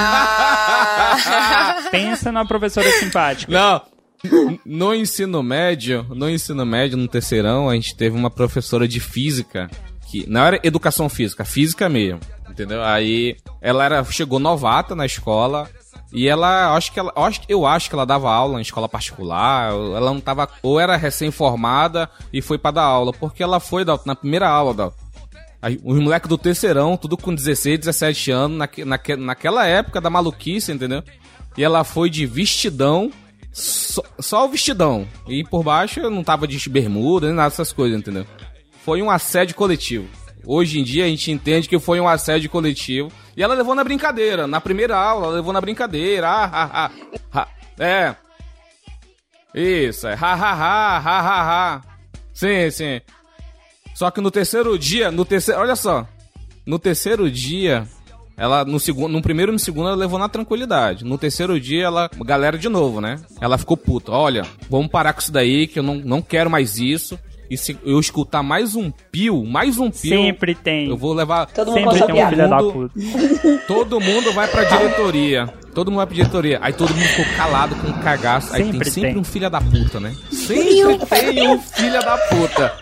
Ah. Pensa numa professora simpática. Não, no ensino médio, no ensino médio, no terceirão, a gente teve uma professora de física, que não era educação física, física mesmo, entendeu? Aí ela era, chegou novata na escola e ela, acho que ela, acho, eu acho que ela dava aula em escola particular, ela não tava, ou era recém-formada e foi pra dar aula, porque ela foi na primeira aula, Dalton. Os moleques do terceirão, tudo com dezesseis, dezessete anos, naque, naque, naquela época da maluquice, entendeu? E ela foi de vestidão, só, só o vestidão. E por baixo não tava de bermuda, nem nada dessas coisas, entendeu? Foi um assédio coletivo. Hoje em dia a gente entende que foi um assédio coletivo. E ela levou na brincadeira. Na primeira aula, ela levou na brincadeira. Ah, ah, ah, ah. É. Isso, é. Ha, ha, ha, ha, ha, ha. Sim, sim. Só que no terceiro dia, no terceiro, olha só, no terceiro dia, ela, no segundo, no primeiro e no segundo ela levou na tranquilidade. No terceiro dia, ela, galera de novo, né? Ela ficou puta, olha, vamos parar com isso daí, que eu não, não quero mais isso. E se eu escutar mais um pio, mais um pio... Sempre tem. Eu vou levar... Todo mundo Sempre tem um filho da mundo, puta. Todo mundo vai pra diretoria. Todo mundo vai pra diretoria. Aí todo mundo ficou calado com um cagaço. Aí Sempre tem sempre tem. um filho da puta, né? Sempre tem um filho da puta.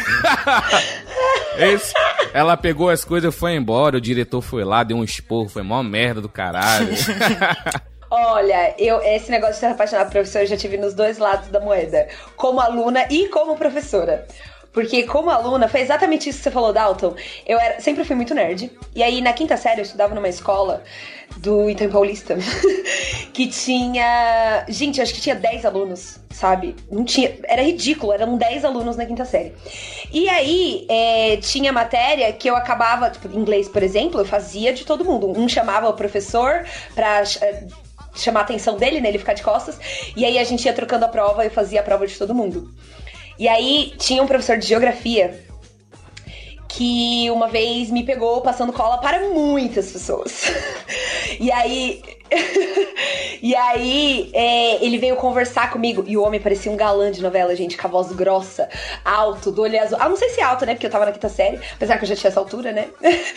Esse, ela pegou as coisas e foi embora. O diretor foi lá, deu um esporro. Foi mó merda do caralho. Olha, eu, esse negócio de ser apaixonada por professor eu já tive nos dois lados da moeda. Como aluna e como professora. Porque como aluna, foi exatamente isso que você falou, Dalton. Eu era, sempre fui muito nerd. E aí, na quinta série, eu estudava numa escola do Itaim Paulista. Que tinha... Gente, acho que tinha dez alunos, sabe? Não tinha... Era ridículo, eram dez alunos na quinta série. E aí, é, tinha matéria que eu acabava... Tipo, inglês, por exemplo, eu fazia de todo mundo. Um chamava o professor pra... chamar a atenção dele, né, ele ficar de costas, e aí a gente ia trocando a prova e eu fazia a prova de todo mundo. E aí tinha um professor de geografia que uma vez me pegou passando cola para muitas pessoas. E aí... e aí é, ele veio conversar comigo, e o homem parecia um galã de novela, gente, com a voz grossa, alto, do olho azul. Ah, não sei se é alto, né, porque eu tava na quinta série, apesar que eu já tinha essa altura, né.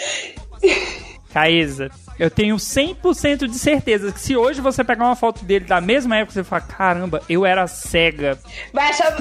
Caísa, eu tenho cem por cento de certeza que se hoje você pegar uma foto dele da mesma época, você fala, caramba, eu era cega. Vai achar...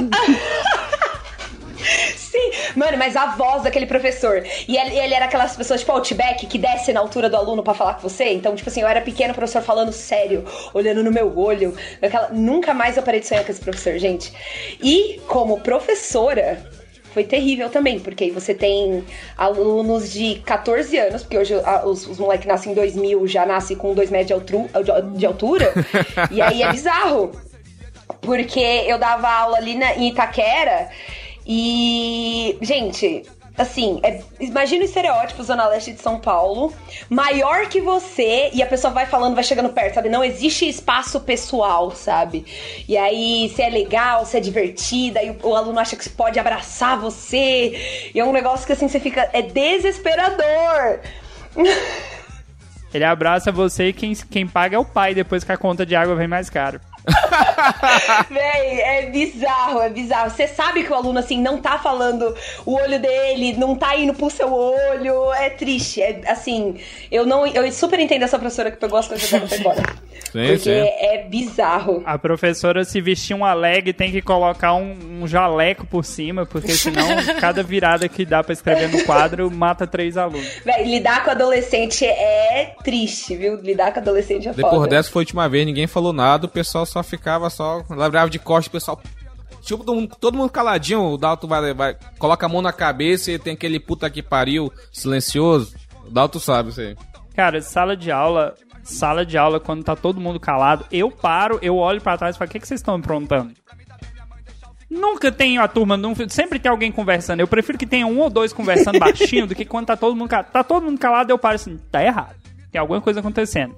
Sim, mano, mas a voz daquele professor. E ele, ele era aquelas pessoas, tipo, Outback, que desce na altura do aluno pra falar com você. Então, tipo assim, eu era pequeno, o professor falando sério, olhando no meu olho. Aquela... Nunca mais eu parei de sonhar com esse professor, gente. E, como professora... Foi terrível também, porque aí você tem alunos de catorze anos, porque hoje a, os, os moleques nascem em dois mil, já nascem com dois metros de, altru, de, de altura, e aí é bizarro, porque eu dava aula ali na, em Itaquera, e, gente, assim, é, imagina o estereótipo Zona Leste de São Paulo, maior que você, e a pessoa vai falando, vai chegando perto, sabe? Não existe espaço pessoal, sabe? E aí, se é legal, se é divertida, e o, o aluno acha que pode abraçar você, e é um negócio que, assim, você fica... É desesperador! Ele abraça você e quem, quem paga é o pai, depois que a conta de água vem mais caro. Véi, é bizarro, é bizarro. Você sabe que o aluno, assim, não tá falando o olho dele, não tá indo pro seu olho. É triste, é assim. Eu não, eu super entendo essa professora que pegou as coisas dela e foi embora. Sim, porque sim. É bizarro. A professora, se vestir uma leg, tem que colocar um, um jaleco por cima, porque senão cada virada que dá pra escrever no quadro mata três alunos. Véi, lidar com adolescente é triste, viu? Lidar com adolescente é foda. Depois dessa foi a última vez, ninguém falou nada, o pessoal só ficava só, lembrava de costas, o pessoal, tipo, todo mundo, todo mundo caladinho, o Dalton vai, vai, coloca a mão na cabeça e tem aquele puta que pariu silencioso, o Dalton sabe isso aí. Cara, sala de aula, sala de aula, quando tá todo mundo calado, eu paro, eu olho pra trás e falo, o que, que vocês estão aprontando? Nunca tem a turma, não, sempre tem alguém conversando, eu prefiro que tenha um ou dois conversando baixinho do que quando tá todo mundo calado. Tá todo mundo calado, eu paro assim, tá errado, tem alguma coisa acontecendo.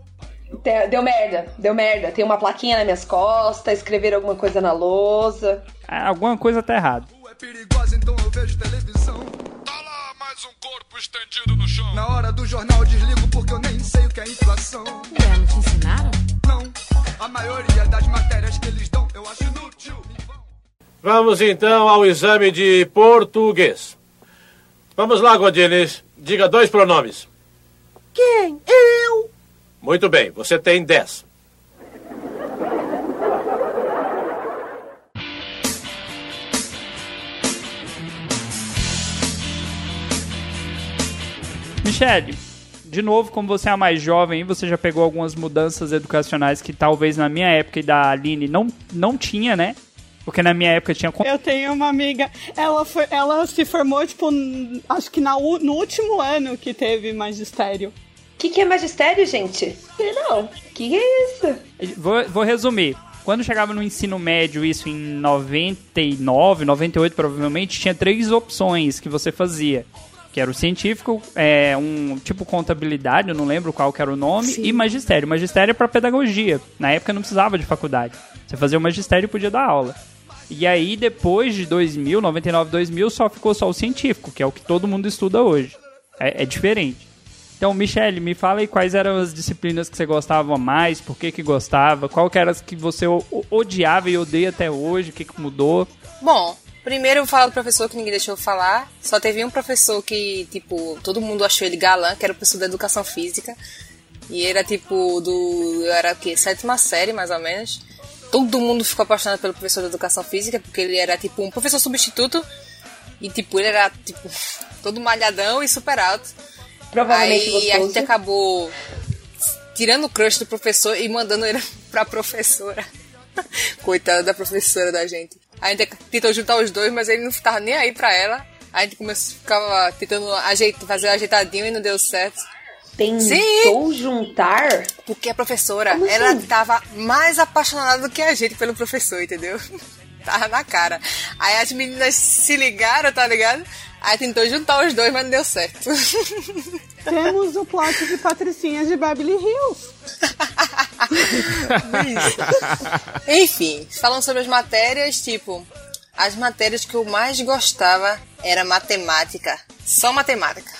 Deu, deu merda, deu merda. Tem uma plaquinha nas minhas costas, escreveram alguma coisa na lousa. Ah, alguma coisa tá errada. É perigosa, então eu vejo televisão. Tá lá mais um corpo estendido no chão. Na hora do jornal eu desligo porque eu nem sei o que é inflação. Ué, não te ensinaram? Não, a maioria das matérias que eles dão eu acho inútil. Vamos então ao exame de português. Vamos lá, Godines. Diga dois pronomes. Quem? Eu? Muito bem, você tem dez. Michele, de novo, como você é a mais jovem, você já pegou algumas mudanças educacionais que talvez na minha época e da Aline não, não tinha, né? Porque na minha época tinha... Eu tenho uma amiga, ela, foi, ela se formou, tipo, acho que na, no último ano que teve magistério. O que, que é magistério, gente? Não, o que, que é isso? Vou, vou resumir. Quando chegava no ensino médio, isso em noventa e nove, noventa e oito provavelmente, tinha três opções que você fazia. Que era o científico, é, um tipo contabilidade, eu não lembro qual que era o nome, Sim. e magistério. Magistério é para pedagogia. Na época não precisava de faculdade. Você fazia o magistério e podia dar aula. E aí, depois de dois mil, noventa e nove, dois mil, só ficou só o científico, que é o que todo mundo estuda hoje. É, é diferente. Então, Michele, me fala aí quais eram as disciplinas que você gostava mais, por que que gostava, qual que eram as que você odiava e odeia até hoje, o que que mudou? Bom, primeiro eu vou falar do professor que ninguém deixou eu falar. Só teve um professor que, tipo, todo mundo achou ele galã, que era o professor da educação física. E era, tipo, do... eu era, o quê? Sétima série, mais ou menos. Todo mundo ficou apaixonado pelo professor da educação física, porque ele era, tipo, um professor substituto. E, tipo, ele era, tipo, todo malhadão e super alto. Provavelmente Aí gostoso. a gente acabou tirando o crush do professor e mandando ele pra professora. Coitada da professora da gente. A gente tentou juntar os dois, mas ele não tava nem aí pra ela. A gente começou, ficava tentando ajeitar, fazer um ajeitadinho e não deu certo. Tentou Sim. juntar? Porque a professora, Como ela assim? tava mais apaixonada do que a gente pelo professor, entendeu? Tava na cara. Aí as meninas se ligaram, tá ligado? Aí tentou juntar os dois, mas não deu certo. Temos o plot de Patricinha de Beverly Hills. Enfim, falando sobre as matérias, tipo, as matérias que eu mais gostava era matemática. Só matemática.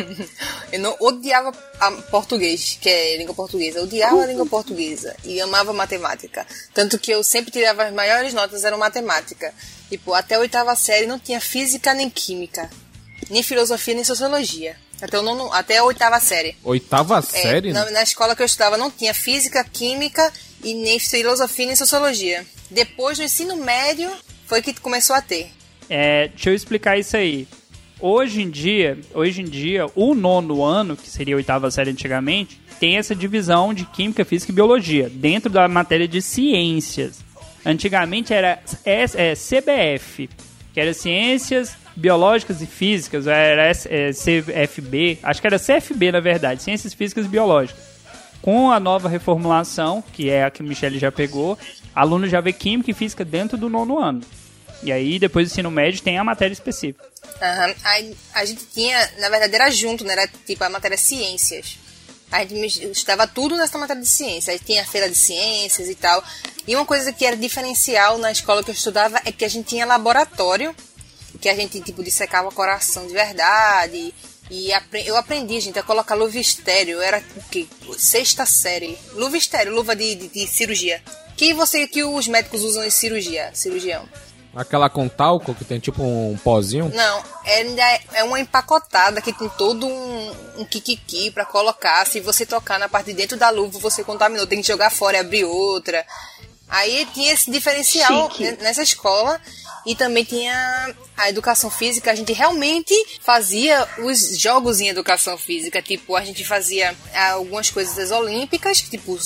Eu não odiava a português, que é língua portuguesa. Eu odiava a língua portuguesa e amava matemática. Tanto que eu sempre tirava as maiores notas, eram matemática. Tipo, até a oitava série não tinha física nem química, nem filosofia nem sociologia. Até, o nono, até a oitava série. Oitava série? É, na, na escola que eu estudava não tinha física, química e nem filosofia nem sociologia. Depois, no ensino médio, foi que começou a ter. É, deixa eu explicar isso aí. Hoje em dia, hoje em dia, o nono ano, que seria a oitava série antigamente, tem essa divisão de química, física e biologia, dentro da matéria de ciências. Antigamente era é, C B F, que era Ciências Biológicas e Físicas, era é, C F B, acho que era C F B na verdade, Ciências Físicas e Biológicas. Com a nova reformulação, que é a que o Michele já pegou, aluno já vê Química e Física dentro do nono ano. E aí, depois do ensino médio, tem a matéria específica. Uhum. Aí, a gente tinha, na verdade era junto, né? Era tipo a matéria Ciências. A gente estudava tudo nessa matéria de ciências. Aí tinha a feira de ciências e tal. E uma coisa que era diferencial na escola que eu estudava é que a gente tinha laboratório, que a gente tipo dissecava o coração de verdade. E eu aprendi, gente, a colocar luva estéreo. Eu era o quê? Sexta série. Luva estéreo, luva de, de, de cirurgia. Que você que os médicos usam em cirurgia, cirurgião. Aquela com talco, que tem tipo um pozinho? Não, é, é uma empacotada que tem todo um, um kikiki pra colocar. Se você tocar na parte de dentro da luva, você contaminou, tem que jogar fora e abrir outra. Aí tinha esse diferencial Chique. nessa escola. E também tinha a educação física. A gente realmente fazia os jogos em educação física. Tipo, a gente fazia algumas coisas olímpicas, tipo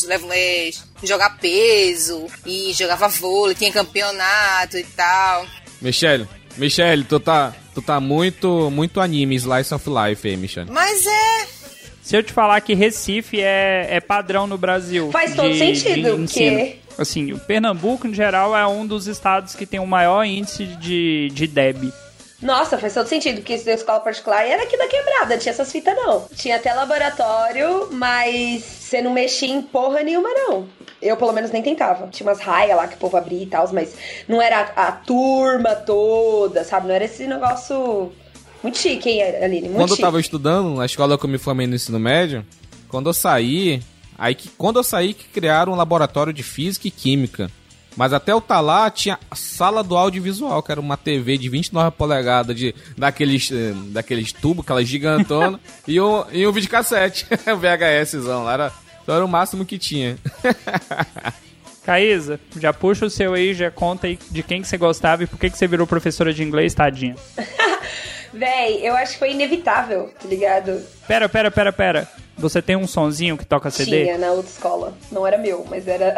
jogar peso e jogava vôlei, tinha campeonato e tal. Michele, Michele, tu tá, tu tá muito, muito anime, Slice of Life aí, Michele. Mas é... Se eu te falar que Recife é, é padrão no Brasil... Faz todo de, sentido, de porque... Assim, o Pernambuco, em geral, é um dos estados que tem o maior índice de, de D E B. Nossa, faz todo sentido, porque isso da escola particular era aqui da quebrada, tinha essas fitas não. Tinha até laboratório, mas você não mexia em porra nenhuma não. Eu, pelo menos, nem tentava. Tinha umas raias lá que o povo abria e tal, mas não era a, a turma toda, sabe? Não era esse negócio muito chique, hein, Aline? Muito Quando chique. eu tava estudando na escola que eu me formei no ensino médio, quando eu saí, aí que, quando eu saí que criaram um laboratório de física e química. Mas até eu estar lá, tinha a sala do audiovisual, que era uma T V de vinte e nove polegadas, de, daqueles, daqueles tubos, aquelas gigantonas, e um, e um videocassete, o V H S-zão lá, era, então era o máximo que tinha. Caísa, já puxa o seu aí, já conta aí de quem que você gostava e por que que você virou professora de inglês, tadinha. Véi, eu acho que foi inevitável, tá ligado? Pera, pera, pera, pera. Você tem um sonzinho que toca C D? Tinha, na outra escola. Não era meu, mas era...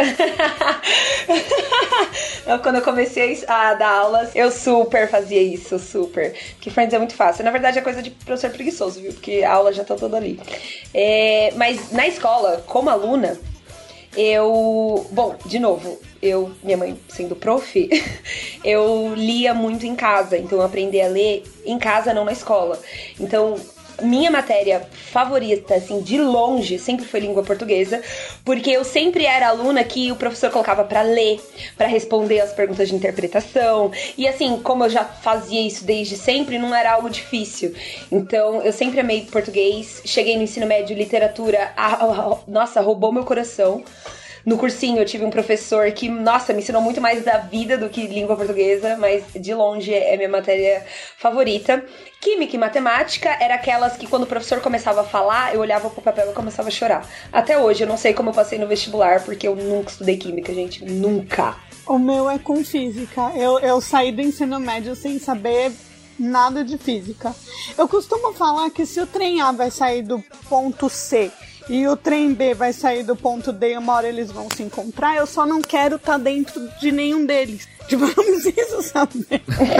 eu, quando eu comecei a dar aulas, eu super fazia isso, super. Porque Friends é muito fácil. Na verdade, é coisa de professor preguiçoso, viu? Porque a aula já tá toda ali. É, mas na escola, como aluna, eu... Bom, de novo, eu, minha mãe sendo prof, eu lia muito em casa. Então, eu aprendi a ler em casa, não na escola. Então... Minha matéria favorita, assim, de longe, sempre foi língua portuguesa, porque eu sempre era aluna que o professor colocava pra ler, pra responder as perguntas de interpretação, e assim, como eu já fazia isso desde sempre, não era algo difícil. Então, eu sempre amei português, cheguei no ensino médio, literatura, a, a, a, nossa, roubou meu coração. No cursinho eu tive um professor que, nossa, me ensinou muito mais da vida do que língua portuguesa, mas de longe é minha matéria favorita. Química e matemática era aquelas que quando o professor começava a falar, eu olhava pro papel e começava a chorar. Até hoje, eu não sei como eu passei no vestibular, porque eu nunca estudei química, gente, nunca. O meu é com física. Eu, eu saí do ensino médio sem saber nada de física. Eu costumo falar que se o trem A vai sair do ponto C e o trem B vai sair do ponto D e uma hora eles vão se encontrar, eu só não quero estar dentro de nenhum deles. Tipo, eu não preciso saber.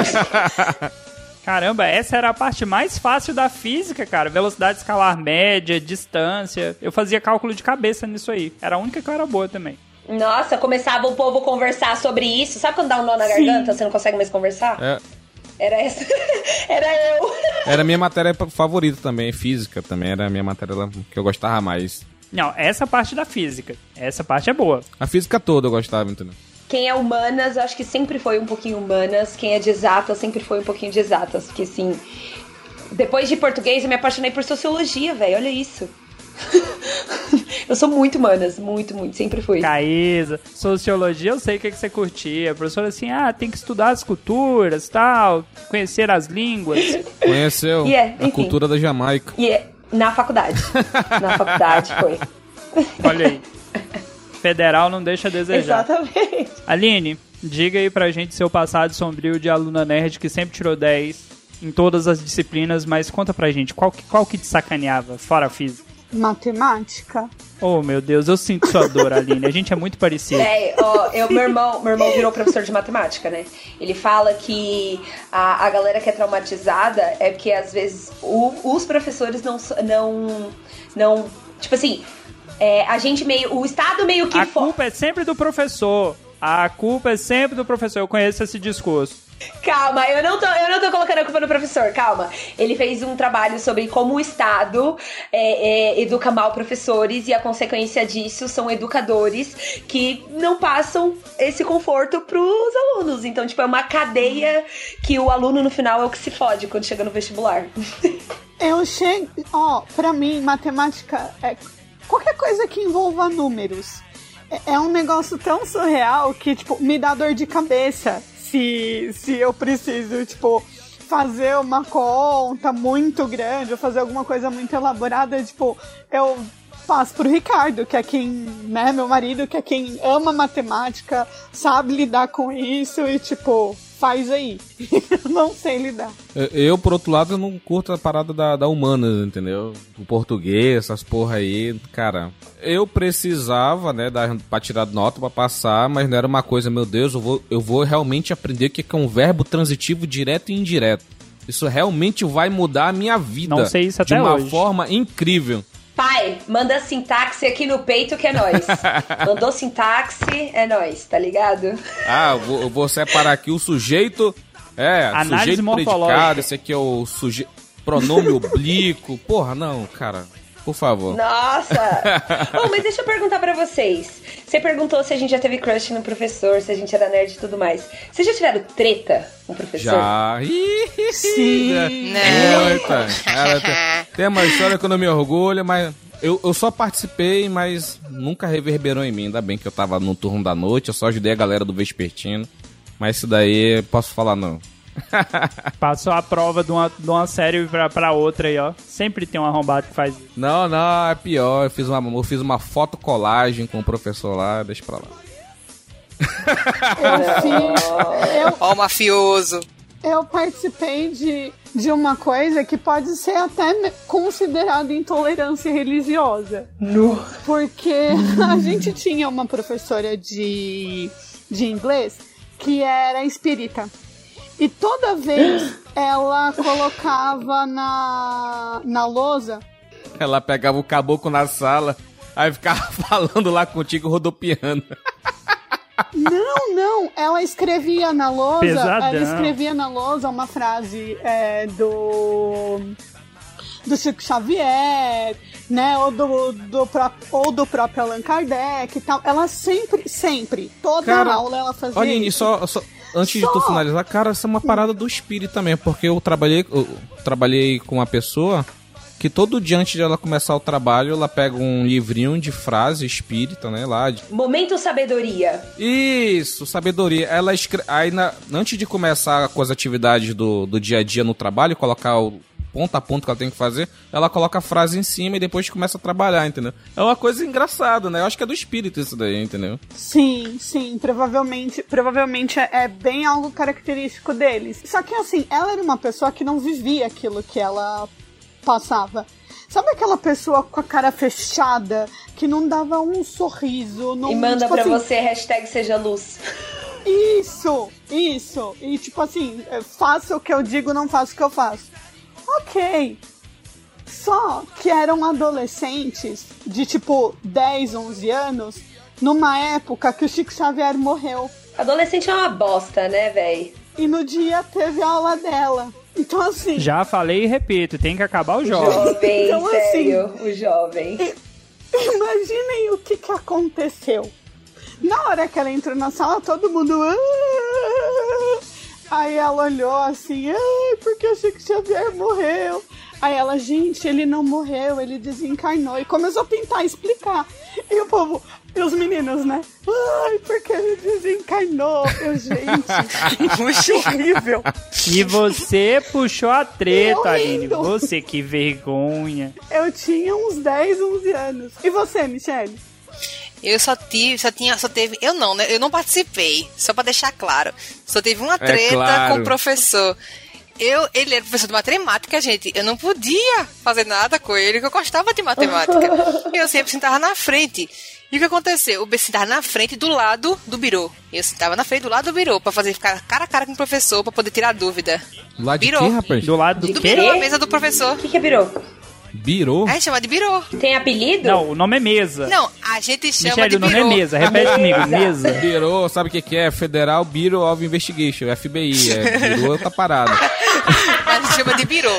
Caramba, essa era a parte mais fácil da física, cara. Velocidade escalar média, distância. Eu fazia cálculo de cabeça nisso aí. Era a única que eu era boa também. Nossa, começava o povo a conversar sobre isso. Sabe quando dá um nó na Sim. garganta, você não consegue mais conversar? É. Era essa. Era eu. Era a minha matéria favorita também, física também, era a minha matéria que eu gostava mais. Não, essa parte da física. Essa parte é boa. A física toda eu gostava, entendeu? Quem é humanas, eu acho que sempre foi um pouquinho humanas. Quem é de exatas, sempre foi um pouquinho de exatas. Porque, assim, depois de português, eu me apaixonei por sociologia, velho. Olha isso. Eu sou muito humanas, muito, muito. Sempre fui. Caísa, sociologia, eu sei o que, que você curtia. A professora assim, ah, tem que estudar as culturas, tal, conhecer as línguas. Conheceu yeah, a cultura da Jamaica. E yeah, na faculdade. Na faculdade foi. Olha aí. Federal não deixa a desejar. Exatamente. Aline, diga aí pra gente seu passado sombrio de aluna nerd que sempre tirou dez em todas as disciplinas, mas conta pra gente, qual que, qual que te sacaneava, fora a física? Matemática. Oh, meu Deus, eu sinto sua dor, Aline. A gente é muito parecido. É, ó, eu, meu, irmão, meu irmão virou professor de matemática, né? Ele fala que a, a galera que é traumatizada é porque, às vezes, o, os professores não, não, não... Tipo assim, é, a gente meio... O Estado meio que... A fo- culpa é sempre do professor. A culpa é sempre do professor. Eu conheço esse discurso. Calma, eu não, tô, eu não tô colocando a culpa no professor, calma. Ele fez um trabalho sobre como o Estado é, é, educa mal professores e a consequência disso são educadores que não passam esse conforto pros alunos. Então, tipo, é uma cadeia que o aluno no final é o que se fode quando chega no vestibular. Eu chego... Ó, pra mim, matemática é qualquer coisa que envolva números. É, é um negócio tão surreal que, tipo, me dá dor de cabeça. Se, se eu preciso, tipo, fazer uma conta muito grande ou fazer alguma coisa muito elaborada, tipo, eu passo pro Ricardo, que é quem, né, meu marido, que é quem ama matemática, sabe lidar com isso e, tipo, faz aí. Eu não sei lidar. Eu, eu, por outro lado, eu não curto a parada da, da humanas, entendeu? O português, essas porra aí, cara... Eu precisava, né, dar, pra tirar nota, pra passar, mas não era uma coisa, meu Deus, eu vou, eu vou realmente aprender o que é um verbo transitivo direto e indireto. Isso realmente vai mudar a minha vida. Não sei isso até de uma hoje. forma incrível. Pai, manda sintaxe aqui no peito que é nóis. Mandou sintaxe, é nóis, tá ligado? Ah, eu vou, eu vou separar aqui o sujeito É, Análise sujeito morfológica. predicado, esse aqui é o sujeito... Pronome oblíquo. Porra, não, cara. Por favor. Nossa! Oh, mas deixa eu perguntar pra vocês. Você perguntou se a gente já teve crush no professor, se a gente era nerd e tudo mais. Vocês já tiveram treta com o professor? Já. Ih, Sim. Não. Eita. Ela tem, tem uma história que eu não me orgulho, mas... Eu, eu só participei, mas nunca reverberou em mim. Ainda bem que eu tava no turno da noite, eu só ajudei a galera do Vespertino. Mas isso daí, posso falar não. Passou a prova de uma, de uma série pra, pra outra aí, ó. Sempre tem um arrombado que faz isso. Não, não, é pior. Eu fiz uma, eu fiz uma fotocolagem com o professor lá, deixa pra lá. Eu fiz. Eu, Ó, o mafioso. eu participei de, de uma coisa que pode ser até me- considerada intolerância religiosa. No. Porque a gente tinha uma professora de, de inglês que era espírita. E toda vez ela colocava na, na lousa. Ela pegava o caboclo na sala, aí ficava falando lá contigo, rodopiando. Não, não. Ela escrevia na lousa. Pesadão. Ela escrevia na lousa uma frase é, do. Do Chico Xavier, né? Ou do, do, pró- ou do próprio Allan Kardec e tal. Ela sempre, sempre, toda Cara, aula ela fazia Olha, Nini, isso. só, só antes Só. de tu finalizar, cara, isso é uma parada do espírito também, porque eu trabalhei, eu trabalhei com uma pessoa que todo dia antes de ela começar o trabalho, ela pega um livrinho de frase espírita, né, lá. De... Momento sabedoria. Isso, sabedoria. Ela escreve, aí na, antes de começar com as atividades do, do dia a dia no trabalho, colocar o ponto a ponto que ela tem que fazer, ela coloca a frase em cima e depois começa a trabalhar, entendeu? É uma coisa engraçada, né? Eu acho que é do espírito isso daí, entendeu? Sim, sim, provavelmente, provavelmente é, é bem algo característico deles. Só que assim, ela era uma pessoa que não vivia aquilo que ela passava. Sabe aquela pessoa com a cara fechada, que não dava um sorriso? Não, E manda tipo pra assim, você, hashtag seja luz. Isso, isso. E tipo assim, faça o que eu digo, não faça o que eu faço. Ok. Só que eram adolescentes de tipo dez, onze anos, numa época que o Chico Xavier morreu. Adolescente é uma bosta, né, véi? E no dia teve a aula dela. Então assim... Já falei e repito, tem que acabar o jogo. Jovem, Então, sério, o jovem. Imaginem o que que aconteceu. Na hora que ela entrou na sala, todo mundo... "Ah!" Aí ela olhou assim, ai, porque o Chico Xavier morreu. Aí ela, gente, ele não morreu, ele desencarnou. E começou a tentar explicar. E o povo, e os meninos, né? Ai, porque ele desencarnou. Eu, gente, que horrível. E você puxou a treta, Eu Aline. rindo. Você, que vergonha. Eu tinha uns dez, onze anos. E você, Michelle? Eu só tive, só tinha, só teve, eu não, né? Eu não participei, só pra deixar claro. Só teve uma treta claro. com o professor. Eu, ele era professor de matemática, gente. Eu não podia fazer nada com ele, porque eu gostava de matemática. Eu sempre sentava na frente. E o que aconteceu? Eu sentava na frente do lado do birô. Eu sentava na frente do lado do birô pra fazer ficar cara a cara com o professor, pra poder tirar dúvida. Do lado de Birô. quê, rapaz? Do lado do, Do quê? birô, a mesa do professor. O que que é birô? Birô? É, chama de birô. Tem apelido? Não, o nome é mesa. Não, a gente chama Michele, de o nome birô. é mesa. Repete comigo, mesa. Birô, sabe o que que é? Federal Bureau of Investigation, F B I. É, birô tá parado. A gente chama de birô.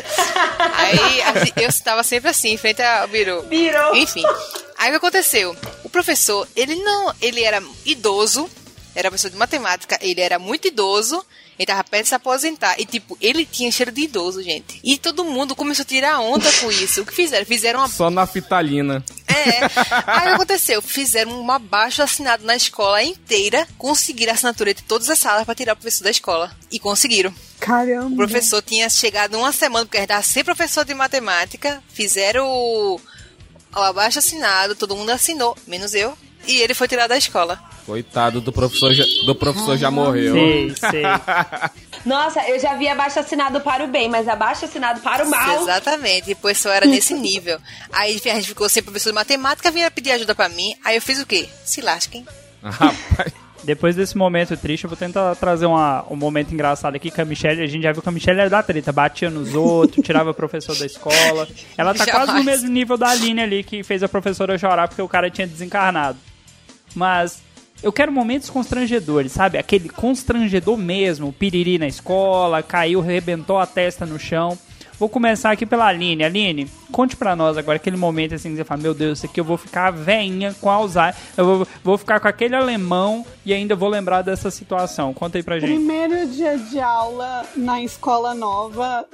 Aí a gente- eu estava sempre assim, em frente ao birô. Birô. Enfim. Aí o que aconteceu? O professor, ele não. Ele era idoso, era professor de matemática, ele era muito idoso, ele tava perto de se aposentar. E, tipo, ele tinha cheiro de idoso, gente. E todo mundo começou a tirar onda com isso. O que fizeram? Fizeram uma. Só na fitalina. É. Aí o que aconteceu? Fizeram um abaixo assinado na escola inteira, conseguiram a assinatura de todas as salas pra tirar o professor da escola. E conseguiram. Caramba. O professor tinha chegado uma semana, porque ele estava sem professor de matemática, fizeram o, o abaixo assinado, todo mundo assinou, menos eu, e ele foi tirado da escola. Coitado do professor, já, do professor já morreu. Sei, sei. Nossa, eu já vi abaixo assinado para o bem, mas abaixo assinado para o mal. Exatamente, e o professor era nesse nível. Aí a gente ficou sem professor de matemática, vinha pedir ajuda pra mim, aí eu fiz o quê? Se lasquem. Rapaz. Depois desse momento triste, eu vou tentar trazer uma, um momento engraçado aqui com a Michelle. A gente já viu que a Michelle era da treta, batia nos outros, tirava o professor da escola. Ela tá Jamais. quase no mesmo nível da Aline ali, que fez a professora chorar porque o cara tinha desencarnado. Mas Eu quero momentos constrangedores, sabe? Aquele constrangedor mesmo. Piriri na escola, caiu, rebentou a testa no chão. Vou começar aqui pela Aline. Aline, conte pra nós agora aquele momento assim que você fala, meu Deus, isso aqui eu vou ficar veinha com Alzheimer. Eu vou, vou ficar com aquele alemão e ainda vou lembrar dessa situação. Conta aí pra gente. Primeiro dia de aula na escola nova,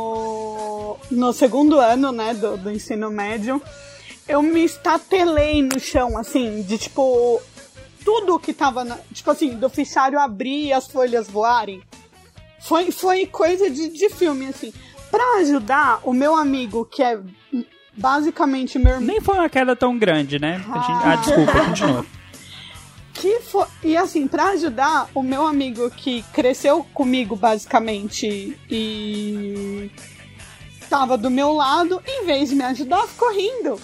no, no segundo ano, né, do, do ensino médio, eu me estatelei no chão, assim, de tipo, tudo que tava, na, tipo assim, do fichário abrir e as folhas voarem. Foi, foi coisa de, de filme, assim. Pra ajudar, o meu amigo, que é basicamente meu irmão... Nem foi uma queda tão grande, né? Ah, gente... ah desculpa, continua. Que foi... E assim, pra ajudar, o meu amigo que cresceu comigo, basicamente, e tava do meu lado, em vez de me ajudar, ficou rindo.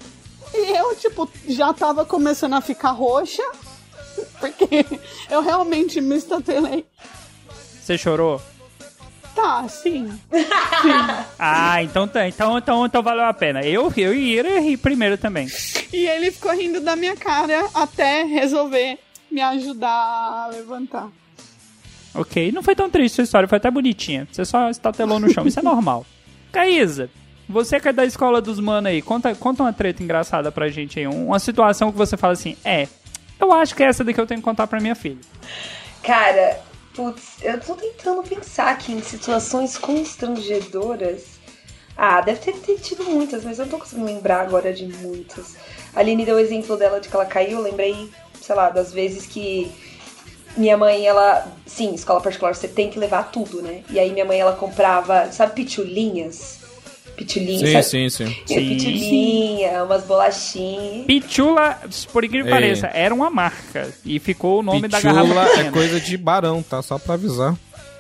E eu, tipo, já tava começando a ficar roxa, porque eu realmente me estatelei. Você chorou? Tá, sim. sim. Ah, então, então, então, então valeu a pena. Eu, eu ia rir primeiro também. E ele ficou rindo da minha cara até resolver me ajudar a levantar. Ok, não foi tão triste sua história, foi até bonitinha. Você só estatelou no chão, isso é normal. Caísa, você que é da escola dos mano aí, conta, conta uma treta engraçada pra gente aí. Uma situação que você fala assim, é, eu acho que é essa daqui eu tenho que contar pra minha filha. Cara... Putz, eu tô tentando pensar aqui em situações constrangedoras. Ah, deve ter, ter tido muitas, mas eu não tô conseguindo lembrar agora de muitas. A Aline deu o exemplo dela de que ela caiu, eu lembrei, sei lá, das vezes que minha mãe, ela... Sim, escola particular você tem que levar tudo, né? E aí minha mãe, ela comprava, sabe, pitulinhas? Pitulinha, sim, sim, sim, sim. Pitulinha, umas bolachinhas. Pitula, por incrível que pareça, era uma marca. E ficou o nome Pitula da garrafa. é coisa de barão, tá? Só pra avisar.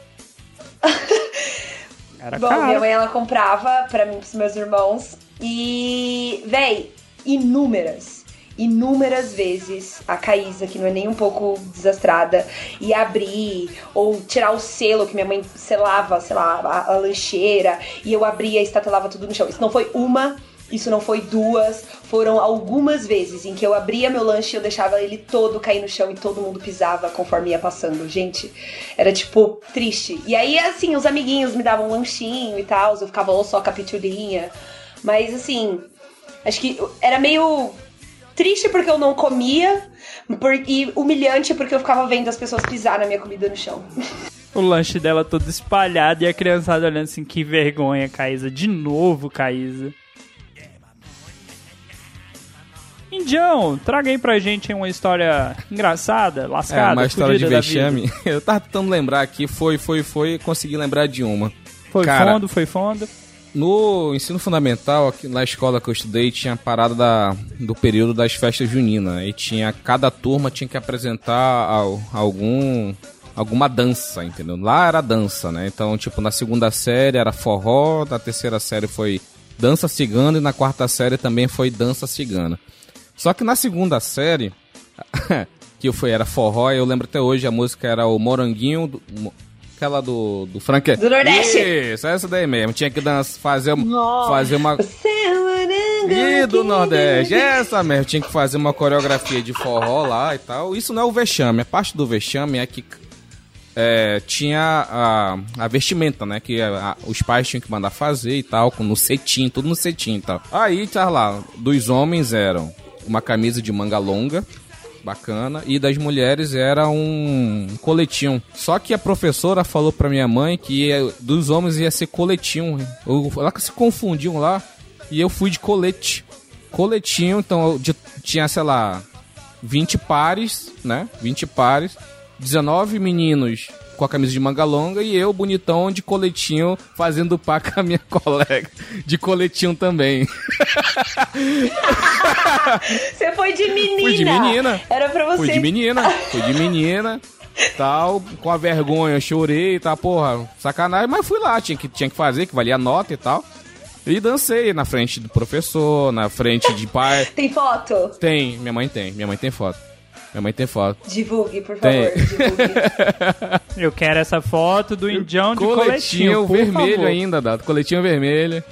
Era Bom, caro. minha mãe, ela comprava pra mim e pros meus irmãos. E, véi, inúmeras, inúmeras vezes a Caísa, que não é nem um pouco desastrada, ia abrir ou tirar o selo que minha mãe selava, sei lá, a, a lancheira, e eu abria e estatelava tudo no chão. Isso não foi uma, isso não foi duas, foram algumas vezes em que eu abria meu lanche e eu deixava ele todo cair no chão e todo mundo pisava conforme ia passando. Gente, era tipo triste. E aí, assim, os amiguinhos me davam um lanchinho e tal, eu ficava ou só com a pitulinha. Mas, assim, acho que era meio... triste porque eu não comia por, e humilhante porque eu ficava vendo as pessoas pisar na minha comida no chão. O lanche dela todo espalhado e a criançada olhando assim, que vergonha, Caísa. De novo, Caísa. Indião, traga aí pra gente uma história engraçada, lascada, é, uma história de vexame. vida. Eu tava tentando lembrar aqui, foi, foi, foi, consegui lembrar de uma. Foi Cara, fundo, foi fundo. No ensino fundamental, aqui na escola que eu estudei, tinha a parada da, do período das festas juninas. E tinha, cada turma tinha que apresentar al, algum, alguma dança, entendeu? Lá era dança, né? Então, tipo, na segunda série era forró, na terceira série foi dança cigana e na quarta série também foi dança cigana. Só que na segunda série, que foi, era forró, eu lembro até hoje, a música era o Moranguinho... Do, aquela do, do Frank... Do Nordeste. Isso, essa daí mesmo. Tinha que dançar, fazer, fazer uma... E do Nordeste, essa mesmo. Tinha que fazer uma coreografia de forró lá e tal. Isso não é o vexame. A parte do vexame é que é, tinha a, a vestimenta, né? Que a, a, os pais tinham que mandar fazer e tal, no cetim, tudo no cetim e tal. Aí, tá lá, dos homens eram uma camisa de manga longa, bacana, e das mulheres era um coletinho. Só que a professora falou pra minha mãe que ia, dos homens ia ser coletinho. Ela se confundiam lá e eu fui de colete. Coletinho, então de, tinha, sei lá, vinte pares, né? vinte pares, dezenove meninos com a camisa de manga longa e eu, bonitão, de coletinho, fazendo par com a minha colega de coletinho também. Você foi de menina. Fui de menina. Era pra você. Fui de menina. Fui de menina. Tal, com a vergonha, chorei, tá, porra, sacanagem, mas fui lá, tinha que, tinha que fazer, que valia a nota e tal. E dancei na frente do professor, na frente de pai. Tem foto? Tem, minha mãe tem, minha mãe tem foto. Minha mãe tem foto. Divulgue, por favor, tem. divulgue. Eu quero essa foto do indião de coletinho, coletinho por vermelho favor. ainda, Dato, coletinho vermelho.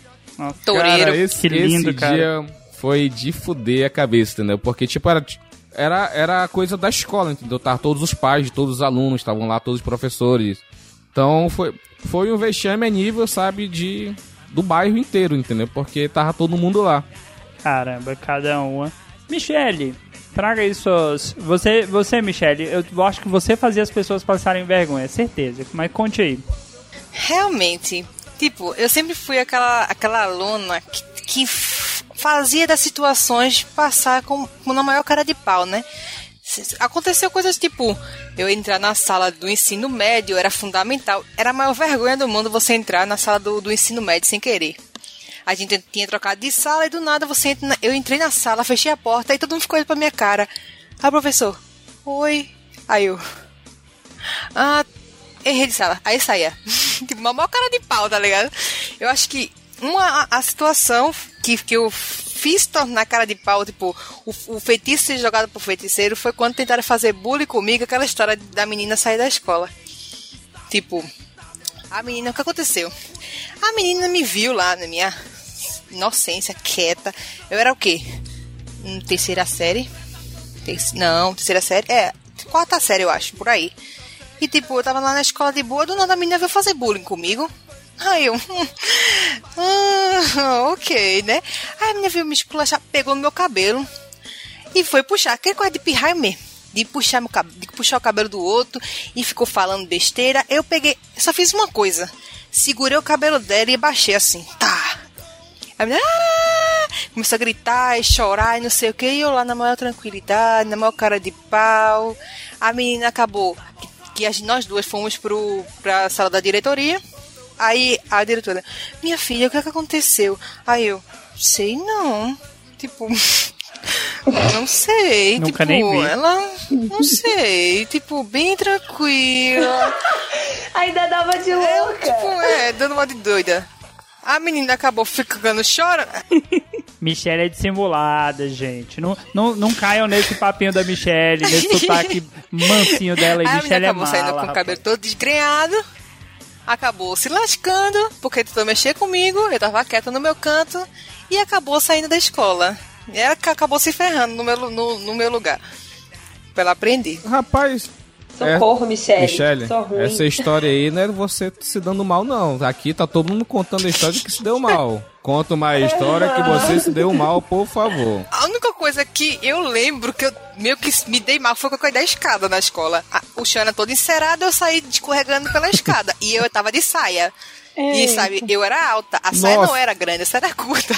Nossa, Toureiro. Cara, esse, que lindo, esse cara. dia foi de fuder a cabeça, entendeu? Porque, tipo, era, era, era coisa da escola, entendeu? Tava todos os pais de todos os alunos, estavam lá todos os professores. Então foi, foi um vexame a nível, sabe, de, do bairro inteiro, entendeu? Porque tava todo mundo lá. Caramba, cada uma. Michele, traga aí suas... Você, você, Michele, eu acho que você fazia as pessoas passarem vergonha, certeza. Mas conte aí. Realmente, tipo, eu sempre fui aquela, aquela aluna que, que fazia das situações passar com, com na maior cara de pau, né? Aconteceu coisas tipo, eu entrar na sala do ensino médio, era fundamental. Era a maior vergonha do mundo você entrar na sala do, do ensino médio sem querer. A gente tinha trocado de sala e do nada você entra na, eu entrei na sala, fechei a porta e todo mundo ficou olhando pra minha cara. Ah, professor, oi. Aí eu, ah, errei de sala. Aí saía. Tipo, uma maior cara de pau, tá ligado? Eu acho que uma, a, a situação que, que eu fiz tornar cara de pau, tipo, o, o feitiço ser jogado pro feiticeiro foi quando tentaram fazer bullying comigo, aquela história da menina sair da escola. Tipo, a menina, o que aconteceu? A menina me viu lá na minha inocência, quieta. Eu era o quê? Hum, terceira série? Terce... Não, terceira série? É, quarta série, eu acho, por aí. E tipo, eu tava lá na escola de boa, do nada a menina veio fazer bullying comigo. Aí eu... ah, ok, né? Aí a menina veio me esculachar, pegou no meu cabelo e foi puxar. Aquele coisa de pirraia mesmo. De puxar, meu cabelo, de puxar o cabelo do outro e ficou falando besteira. Eu peguei... Eu só fiz uma coisa. Segurei o cabelo dela e baixei assim. Tá. A menina... Ah! Começou a gritar e chorar e não sei o que. E eu lá na maior tranquilidade, na maior cara de pau. A menina acabou... Que as, nós duas fomos pro, pra sala da diretoria. Aí a diretora, minha filha, o que é que aconteceu? Aí eu, sei não. Tipo, não sei. Nunca tipo, nem vi. Ela, não sei. Tipo, bem tranquila. Ainda dava de louca. É, tipo, é, dando uma de doida. A menina acabou ficando chorando. Michele é dissimulada, gente. Não, não, não caiam nesse papinho da Michele, nesse sotaque mansinho dela. E a Michele menina é acabou mala, saindo com rapaz. o cabelo todo desgrenhado. Acabou se lascando, porque tentou mexer comigo. Eu tava quieta no meu canto. E acabou saindo da escola. E ela acabou se ferrando no meu, no, no meu lugar. Pra ela aprender. Rapaz... Socorro, é, Michele. Michele, Sou ruim. essa história aí não é você se dando mal, não. Aqui tá todo mundo contando a história de que se deu mal. Conta uma história que você se deu mal, por favor. A única coisa que eu lembro que eu meio que me dei mal foi com a coisa da escada na escola. A, o chão era todo encerado, eu saí escorregando pela escada. E eu tava de saia. Ei. E sabe, eu era alta. A saia Nossa. não era grande, a saia era curta.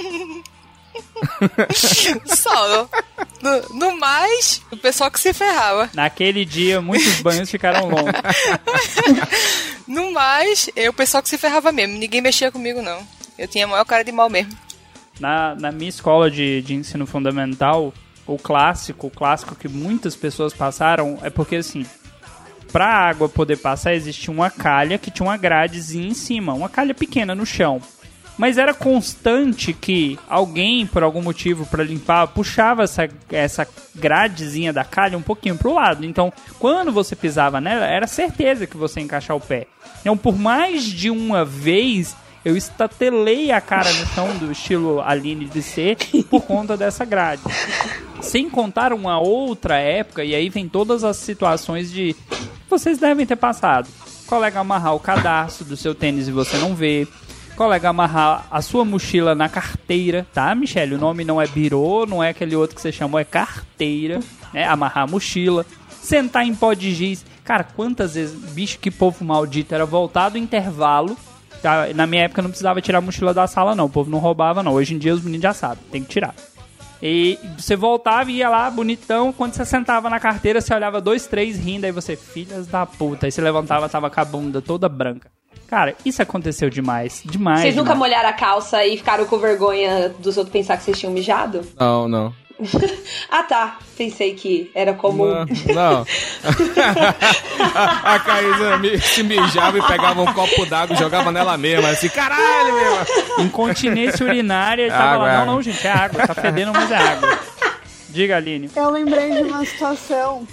Só. No, no mais, o pessoal que se ferrava. Naquele dia, muitos banhos ficaram longos. No mais, eu, o pessoal que se ferrava mesmo. Ninguém mexia comigo, não. Eu tinha a maior cara de mal mesmo. Na, na minha escola de, de ensino fundamental, o clássico, o clássico que muitas pessoas passaram é porque, assim, pra água poder passar, existia uma calha que tinha uma gradezinha em cima, uma calha pequena no chão. Mas era constante que alguém, por algum motivo, para limpar, puxava essa, essa gradezinha da calha um pouquinho pro lado. Então, quando você pisava nela, era certeza que você ia encaixar o pé. Então, por mais de uma vez, eu estatelei a cara no chão do estilo Aline de ser por conta dessa grade. Sem contar uma outra época, e aí vem todas as situações de... Vocês devem ter passado. Colega amarrar o cadarço do seu tênis e você não vê. Colega amarrar a sua mochila na carteira, tá, Michele? O nome não é birô, não é aquele outro que você chamou, é carteira, né? Amarrar a mochila, sentar em pó de giz. Cara, quantas vezes, bicho, que povo maldito, era voltar do intervalo, tá? Na minha época não precisava tirar a mochila da sala, não, o povo não roubava, não. Hoje em dia os meninos já sabem, tem que tirar. E você voltava e ia lá, bonitão, quando você sentava na carteira, você olhava dois, três rindo, aí você, filhas da puta, aí você levantava, tava com a bunda toda branca. Cara, isso aconteceu demais, demais. Vocês nunca demais. molharam a calça e ficaram com vergonha dos outros pensar que vocês tinham mijado? Não, não. Ah, tá. Pensei que era comum. Não. não. a a Caísa mi- se mijava e pegava um copo d'água e jogava nela mesma. Assim, caralho, meu. Incontinência urinária, tava Água, lá, não, água. não, gente, é água, tá fedendo, mas é água. Diga, Aline. Eu lembrei de uma situação.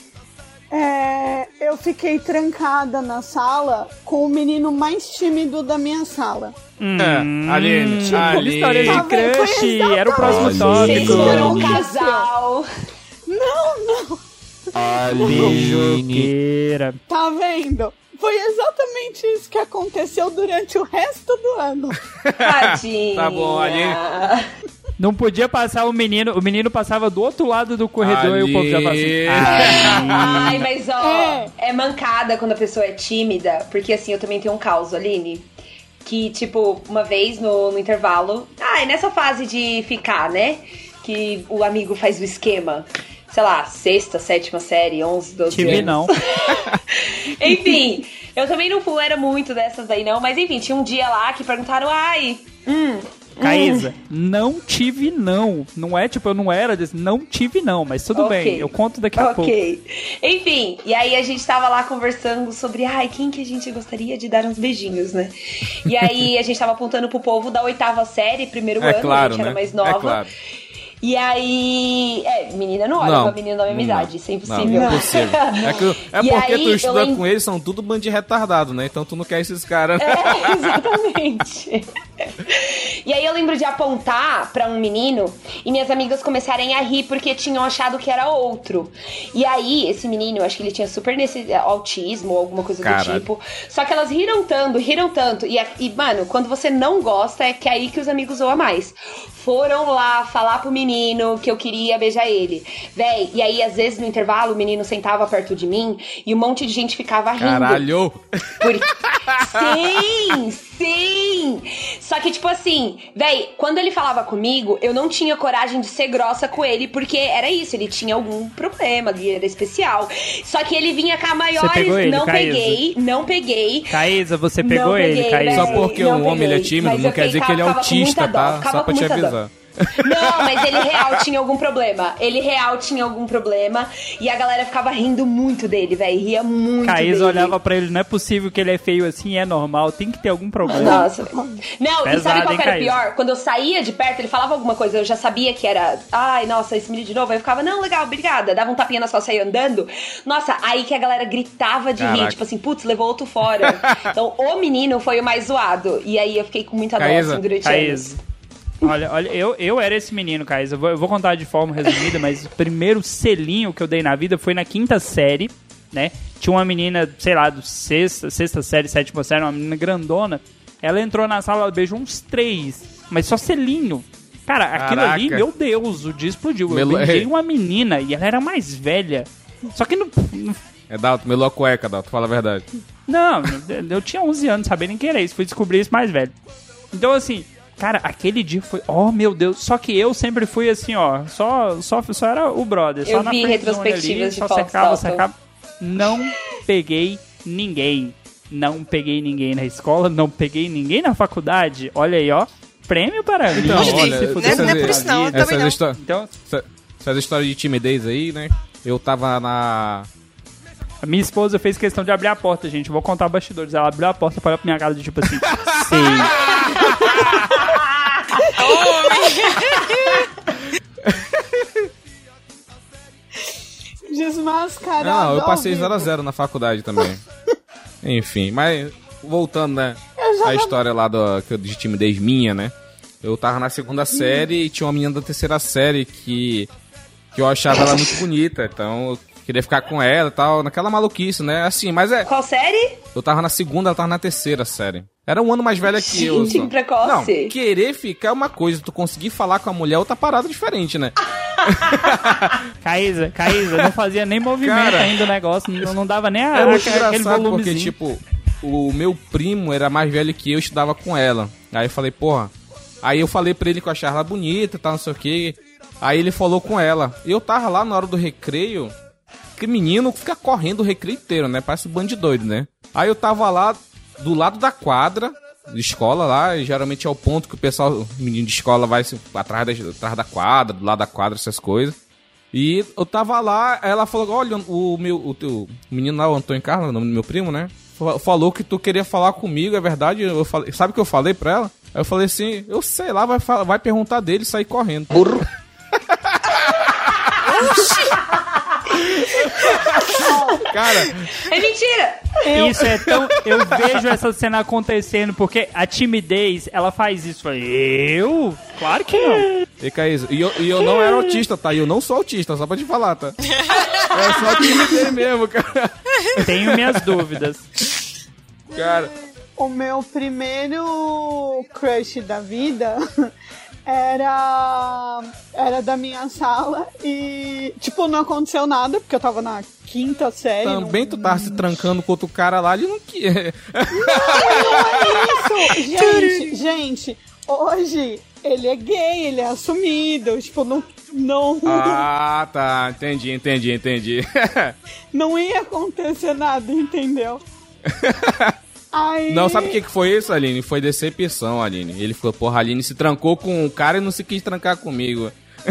É, eu fiquei trancada na sala com o menino mais tímido da minha sala. Hum, É, Aline, tipo, Aline. história de Tá vendo? crush, Foi era o próximo exatamente. Vocês tópico. foram um casal. Não, não. Beijoqueira. Tá vendo? Foi exatamente isso que aconteceu durante o resto do ano. Tadinha. Tá bom, ali. Não podia passar o menino, o menino passava do outro lado do corredor Ali. e o povo já passava assim. Ai, mas ó, É. é. mancada quando a pessoa é tímida, porque assim, eu também tenho um caos, Aline, que tipo, uma vez no, no intervalo, ah, é nessa fase de ficar, né, que o amigo faz o esquema, sei lá, sexta, sétima série, onze, doze Tive anos. não. Enfim, eu também não fui, era muito dessas daí não, mas enfim, tinha um dia lá que perguntaram, ai, hum... Caísa, não tive não. Não é tipo, eu não era desse, não tive não, mas tudo Ok. bem, eu conto daqui a pouco. Ok. Enfim, e aí a gente tava lá conversando sobre, ai, quem que a gente gostaria de dar uns beijinhos, né? E aí a gente tava apontando pro povo da oitava série, primeiro É ano, claro, a gente né? era mais nova. É claro. E aí, é, menina não olha Não, pra menina da mesma não dá. idade, isso é Não, impossível. não é possível. É, que, é E porque aí, tu eu estuda lembro- com eles, são tudo bando de retardado, né? Então tu não quer esses caras. É, exatamente. E aí eu lembro de apontar pra um menino e minhas amigas começarem a rir porque tinham achado que era outro. E aí, esse menino, eu acho que ele tinha super nesse autismo ou alguma coisa Caralho. do tipo. Só que elas riram tanto, riram tanto. E, a- e, mano, quando você não gosta, é que é aí que os amigos zoam mais. Foram lá falar pro menino que eu queria beijar ele. Véi, e aí, às vezes, no intervalo, o menino sentava perto de mim e um monte de gente ficava rindo. Caralho! Por... Sim, sim. Só que, tipo assim, véi, quando ele falava comigo, eu não tinha coragem de ser grossa com ele, porque era isso, ele tinha algum problema, ele era especial. Só que ele vinha cá maiores, pegou ele, não Caísa? peguei, não peguei. Caísa, você pegou Não ele, peguei, Caísa. Só porque não um homem ele é peguei, tímido, mas não eu quer dizer que ele é ficava com autista, muita dó, tá? ficava Só pra com te muita dó. avisar. Não, mas ele real tinha algum problema. Ele real tinha algum problema. E a galera ficava rindo muito dele, velho. Ria muito Caísa dele. olhava pra ele, não é possível que ele é feio assim, é normal, tem que ter algum problema. Nossa. Não, Pesado, e sabe qual hein, que era Caísa? pior? Quando eu saía de perto, ele falava alguma coisa, eu já sabia que era, ai, nossa, esse menino de novo. Aí eu ficava, não, legal, obrigada. Dava um tapinha na sua, saia andando. Nossa, aí que a galera gritava de Caraca. rir, tipo assim, putz, levou outro fora. Então, o menino foi o mais zoado. E aí eu fiquei com muita dó, Caísa, assim, durante Caísa. anos. Olha, olha, eu, eu era esse menino, Caísa. Eu vou, eu vou contar de forma resumida, mas o primeiro selinho que eu dei na vida foi na quinta série, né? Tinha uma menina, sei lá, do sexta, sexta série, sétima série, uma menina grandona. Ela entrou na sala, ela beijou uns três, mas só selinho. Cara, aquilo Caraca. ali, meu Deus, o dia explodiu. Eu Melo- beijei uma menina e ela era mais velha. Só que não... não É Dalton, melou a cueca, Dalton, fala a verdade. Não, eu tinha onze anos, sabia nem que era isso. Fui descobrir isso mais velho. Então, assim, cara, aquele dia foi... Oh, meu Deus. Só que eu sempre fui assim, ó. Só, só, só era o brother. Só Eu na vi friendzone retrospectivas ali, de só fotos, secava, Dalton. secava. Não peguei ninguém. Não peguei ninguém na escola. Não peguei ninguém na faculdade. Olha aí, ó. Prêmio para mim. Então, Se olha, fuder não é na por isso não, vida. eu também essas, não. histó- Então, essa- essas histórias de timidez aí, né? Eu tava na... a minha esposa fez questão de abrir a porta, gente. Eu vou contar bastidores. Ela abriu a porta para olhar pra minha cara, de tipo assim, sei. Desmascarado. Não, eu ao passei vivo. zero a zero na faculdade também. Enfim, mas voltando, né? Eu já A não- história lá do, que eu- de timidez minha, né? Eu tava na segunda série e tinha uma menina da terceira série que, que eu achava ela muito bonita. Então eu queria ficar com ela e tal, naquela maluquice, né? Assim, mas é. Qual série? Eu tava na segunda, ela tava na terceira série. Era um ano mais velha que eu. Gente, só. que precoce. Não, querer ficar é uma coisa, tu conseguir falar com a mulher é outra parada diferente, né? Caísa, Caísa, não fazia nem movimento Cara, ainda o negócio, não, não dava nem a, É muito aquele engraçado porque, volumezinho. tipo, o meu primo era mais velho que eu, estudava com ela. Aí eu falei, porra. Aí eu falei pra ele que eu achava ela bonita e tal, não sei o que. Aí ele falou com ela. E eu tava lá na hora do recreio. Que menino fica correndo o recreio inteiro, né? Parece um bando de doido, né? Aí eu tava lá do lado da quadra de escola lá. E geralmente é o ponto que o pessoal, o menino de escola vai assim, atrás da, atrás da quadra, do lado da quadra, essas coisas. E eu tava lá, ela falou, olha, o meu, o teu o menino lá, o Antônio Carlos, o nome do meu primo, né? Falou que tu queria falar comigo, é verdade? Eu falei, sabe o que eu falei pra ela? Aí eu falei assim, eu sei lá, vai, fa- vai perguntar dele e sair correndo. Burro. Cara, É mentira! Isso é tão... Eu vejo essa cena acontecendo, porque a timidez, ela faz isso. Eu? Claro que não. Fica aí. E eu, e eu não era autista, tá? E eu não sou autista, só pra te falar, tá? É só que imitei mesmo, cara. Tenho minhas dúvidas. Cara... O meu primeiro crush da vida era era da minha sala e, tipo, não aconteceu nada, porque eu tava na quinta série. Também não... tu tava se trancando com outro cara lá, ele não quer. Não, não é isso! Gente, gente, hoje ele é gay, ele é assumido, tipo, não... não Ah, tá, entendi, entendi, entendi. Não ia acontecer nada, entendeu? Aí... Não, sabe o que que foi isso, Aline? Foi decepção, Aline. Ele falou, porra, a Aline se trancou com o cara e não se quis trancar comigo.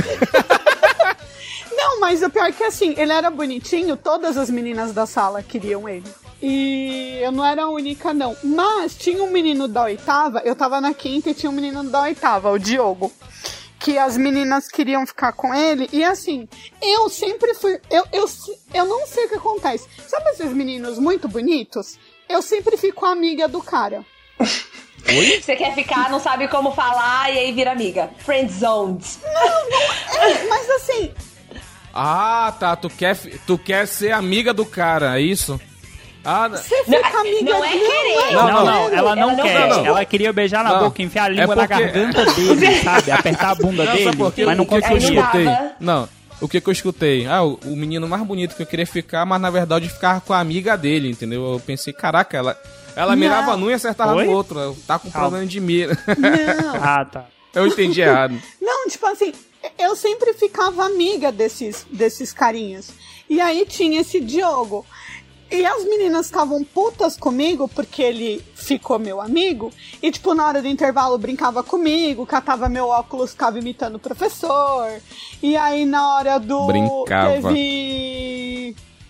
Não, mas o pior é que assim, ele era bonitinho, todas as meninas da sala queriam ele. E eu não era a única, não. Mas tinha um menino da oitava, eu tava na quinta e tinha um menino da oitava, o Diogo. Que as meninas queriam ficar com ele. E assim, eu sempre fui... Eu, eu, eu não sei o que acontece. Sabe esses meninos muito bonitos? Eu sempre fico amiga do cara. Oi? Você quer ficar, não sabe como falar e aí vira amiga. Friendzoned. Não, não é, mas assim... Ah, tá, tu quer, tu quer ser amiga do cara, é isso? Ah, você fica amiga não é querer. Não, não, não, ela não ela quer. não, não. Ela queria beijar na não. boca, enfiar a língua É porque... na garganta dele, sabe? Apertar a bunda não, dele, porque, mas não o que que eu conseguia. escutei? Não, o que que eu escutei? Ah, o, o menino mais bonito que eu queria ficar, mas na verdade ficar com a amiga dele, entendeu? Eu pensei, caraca, ela, ela mirava num e acertava Oi? no outro. Tá com problema de mira. Não. Ah, tá. Eu entendi errado. Não, tipo assim, eu sempre ficava amiga desses, desses carinhas. E aí tinha esse Diogo. E as meninas estavam putas comigo porque ele ficou meu amigo. E, tipo, na hora do intervalo brincava comigo, catava meu óculos, ficava imitando o professor. E aí, na hora do... Brincava. Teve...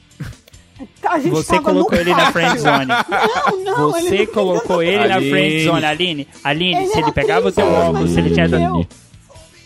A gente Você tava colocou no ele na pátio. friendzone. Não, não. Você ele não colocou fez ele nada. na Aline. friendzone, Aline. Aline, Ele se ele era pegava o teu três anos óculos, mais se ele tinha... velho que eu.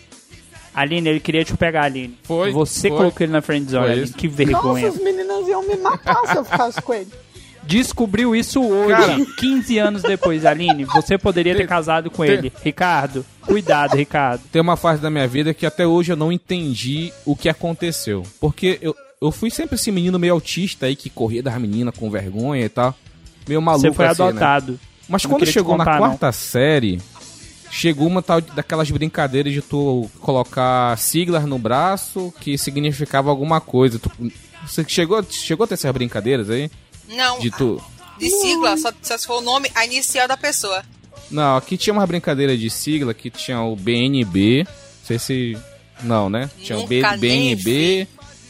Aline, ele queria te pegar, Aline. Foi, Você foi. colocou ele na friendzone, Foi Aline. isso. Que vergonha. Nossa, as meninas iam me matar se eu ficasse com ele. Descobriu isso hoje, Cara. quinze anos depois, Aline. Você poderia ter Tem- casado com tem- ele. Ricardo, cuidado, Ricardo. Tem uma fase da minha vida que até hoje eu não entendi o que aconteceu. Porque eu, eu fui sempre esse menino meio autista aí, que corria das meninas com vergonha e tal. Meio maluco Você foi assim, né? adotado. Mas Não quando queria te chegou contar, na não. quarta série, chegou uma tal de- daquelas brincadeiras de tu colocar siglas no braço que significava alguma coisa. Tu, você chegou, chegou a ter essas brincadeiras aí? Não, De tu... de sigla, só, só se for o nome, a inicial da pessoa. Não, aqui tinha uma brincadeira de sigla que tinha o B N B. Não sei se... Não, né? Tinha o B, Nunca B N B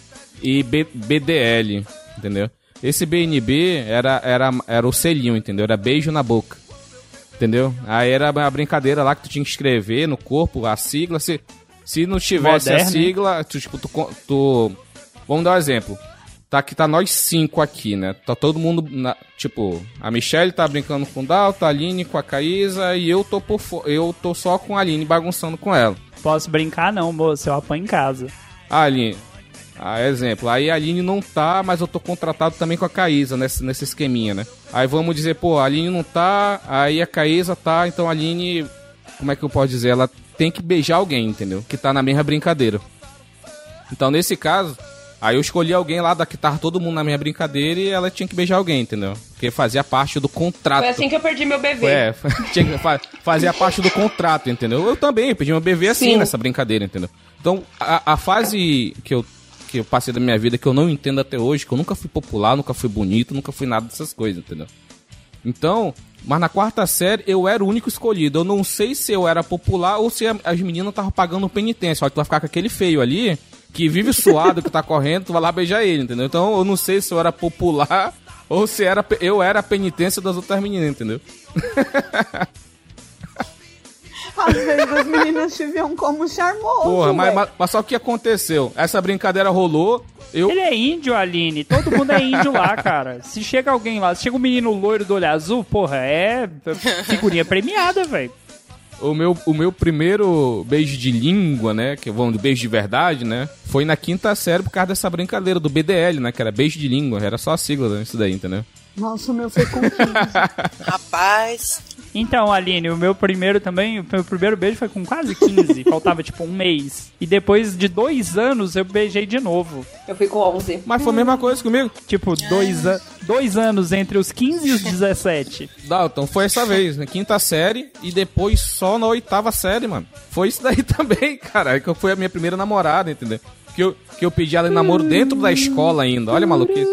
e B, B D L, entendeu? Esse B N B era, era, era o selinho, entendeu? Era beijo na boca. Entendeu? Aí era a brincadeira lá que tu tinha que escrever no corpo a sigla. Se, se não tivesse Moderno, a sigla, tu, tipo, tu, tu... Vamos dar um exemplo. Tá aqui, tá nós cinco aqui, né? Tá todo mundo, na, tipo, a Michelle tá brincando com o Dalton, a Aline com a Caísa e eu tô, por fo- eu tô só com a Aline bagunçando com ela. Posso brincar não, moço, eu apanho em casa. A Aline, ah, exemplo, aí a Aline não tá, mas eu tô contratado também com a Caísa nesse, nesse esqueminha, né? Aí vamos dizer, pô, a Aline não tá, aí a Caísa tá, então a Aline, como é que eu posso dizer? Ela tem que beijar alguém, entendeu? Que tá na mesma brincadeira. Então, nesse caso, aí eu escolhi alguém lá da que tava todo mundo na minha brincadeira e ela tinha que beijar alguém, entendeu? Porque fazia parte do contrato. Foi assim que eu perdi meu bebê. É, tinha que fa- fazia parte do contrato, entendeu? Eu também, eu perdi meu bebê assim Sim. nessa brincadeira, entendeu? Então, a, a fase que eu, que eu passei da minha vida, que eu não entendo até hoje, que eu nunca fui popular, nunca fui bonito, nunca fui nada dessas coisas, entendeu? Então, mas na quarta série eu era o único escolhido. Eu não sei se eu era popular ou se a- as meninas estavam pagando penitência. Olha, tu vai ficar com aquele feio ali, que vive suado, que tá correndo, tu vai lá beijar ele, entendeu? Então eu não sei se eu era popular ou se era, eu era a penitência das outras meninas, entendeu? Às vezes as meninas te viam como charmoso. Porra, mas, ué. mas, mas só o que aconteceu? Essa brincadeira rolou, eu... Ele é índio, Aline. Todo mundo é índio lá, cara. Se chega alguém lá, se chega um menino loiro do olho azul, porra, é figurinha premiada, velho. O meu, o meu primeiro beijo de língua, né, que vamos do beijo de verdade, né, foi na quinta série por causa dessa brincadeira do B D L, né, que era beijo de língua, era só a sigla, né, isso daí, entendeu? Nossa, o meu foi com quinze. Rapaz, Então, Aline, o meu primeiro também, o meu primeiro beijo foi com quase quinze, faltava tipo um mês. E depois de dois anos eu beijei de novo. Eu fui com onze. Mas foi a mesma coisa comigo. Tipo, dois, a... dois anos entre os quinze e os dezessete. Dalton, foi essa vez, na quinta série e depois só na oitava série, mano. Foi isso daí também, cara, que foi a minha primeira namorada, entendeu? Que eu, que eu pedi ela em namoro dentro da escola ainda, olha a maluquice.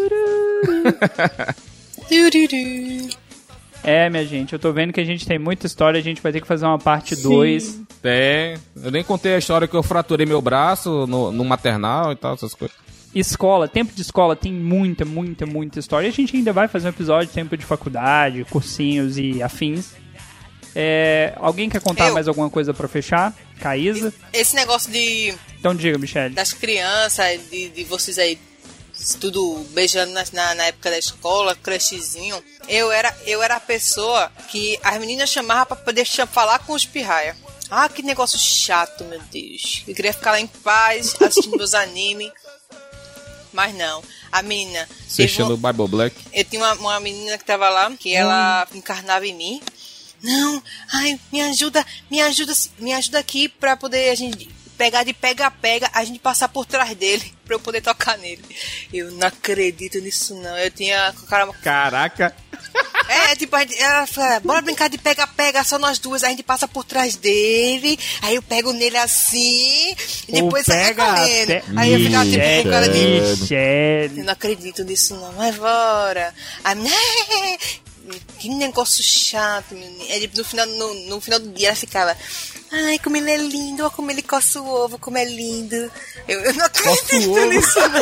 É, minha gente, eu tô vendo que a gente tem muita história, a gente vai ter que fazer uma parte dois. É, eu nem contei a história que eu fraturei meu braço no, no maternal e tal, essas coisas. Escola, tempo de escola tem muita, muita, muita história. E a gente ainda vai fazer um episódio de tempo de faculdade, cursinhos e afins. É, alguém quer contar eu. mais alguma coisa pra fechar? Caísa? Esse negócio de... Então diga, Michele. Das crianças, de, de vocês aí... tudo beijando na, na, na época da escola, crushzinho. Eu era, eu era a pessoa que as meninas chamavam pra poder falar com os pirraia. Ah, que negócio chato, meu Deus. Eu queria ficar lá em paz, assistindo meus animes. Mas não. A menina... Assistindo o Bible Black. Eu tinha uma, uma menina que tava lá, que ela hum. encarnava em mim. Não, ai, me ajuda, me ajuda, me ajuda aqui pra poder a gente... pegar de pega-pega, a gente passar por trás dele pra eu poder tocar nele. Eu não acredito nisso, não. Eu tinha... Caraca! É, tipo, a gente, ela fala, bora brincar de pega-pega, só nós duas. A gente passa por trás dele, aí eu pego nele assim, e depois sai correndo. Pe... Aí eu ficava tipo com cara de... Michele. Eu não acredito nisso, não. Mas bora. Aí, que negócio chato, menino. Aí, no, final, no, no final do dia ela ficava... Ai, como ele é lindo, olha como ele coça o ovo, como é lindo. Eu, eu não acredito nisso, não.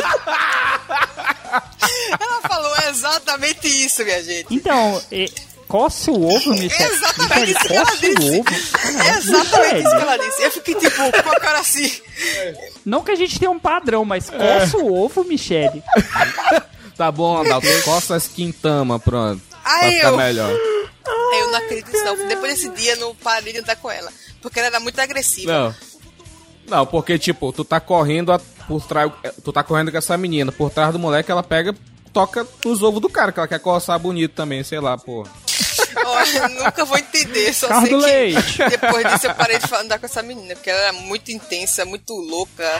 Ela falou exatamente isso, minha gente. Então, e, coça o ovo, Michele? Exatamente isso que ela coça disse. O ovo? É exatamente isso que ela disse. Eu fiquei tipo, com a cara assim. Não que a gente tenha um padrão, mas coça é. o ovo, Michele. Tá bom, Adalto, coça as quintama, pronto. Ai, pra ficar eu... melhor. Eu não acredito nisso, não. Depois desse dia, eu não parei de andar com ela. Porque ela era muito agressiva. Não. Não, porque, tipo, tu tá correndo a, por trás. Tu tá correndo com essa menina. Por trás do moleque, ela pega, toca nos ovos do cara, que ela quer coçar bonito também, sei lá, porra. Olha, nunca vou entender. Só Carro sei do que leite. Depois disso eu parei de andar com essa menina, porque ela era muito intensa, muito louca.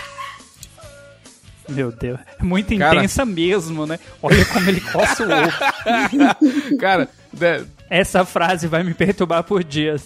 Meu Deus, é muito cara... intensa mesmo, né? Olha como ele coça o ovo. Cara, de... essa frase vai me perturbar por dias.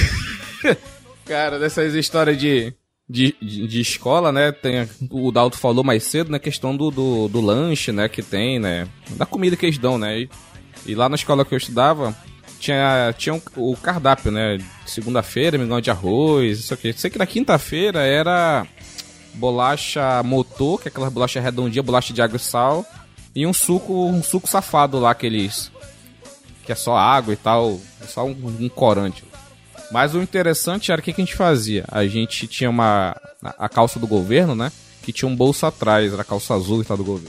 Cara, dessas histórias de, de, de, de escola, né? Tem, o Dalton falou mais cedo, né? Questão do, do, do lanche, né? Que tem, né? Da comida que eles dão, né? E, e lá na escola que eu estudava, tinha, tinha um, o cardápio, né? Segunda-feira, mingau de arroz, isso aqui. Sei que na quinta-feira era bolacha motor, que é aquela bolacha redondinha, bolacha de água e sal. E um suco, um suco safado lá, aqueles... que é só água e tal, só um, um corante. Mas o interessante era o que, que a gente fazia. A gente tinha uma... a calça do governo, né? Que tinha um bolso atrás, era a calça azul e tal do governo.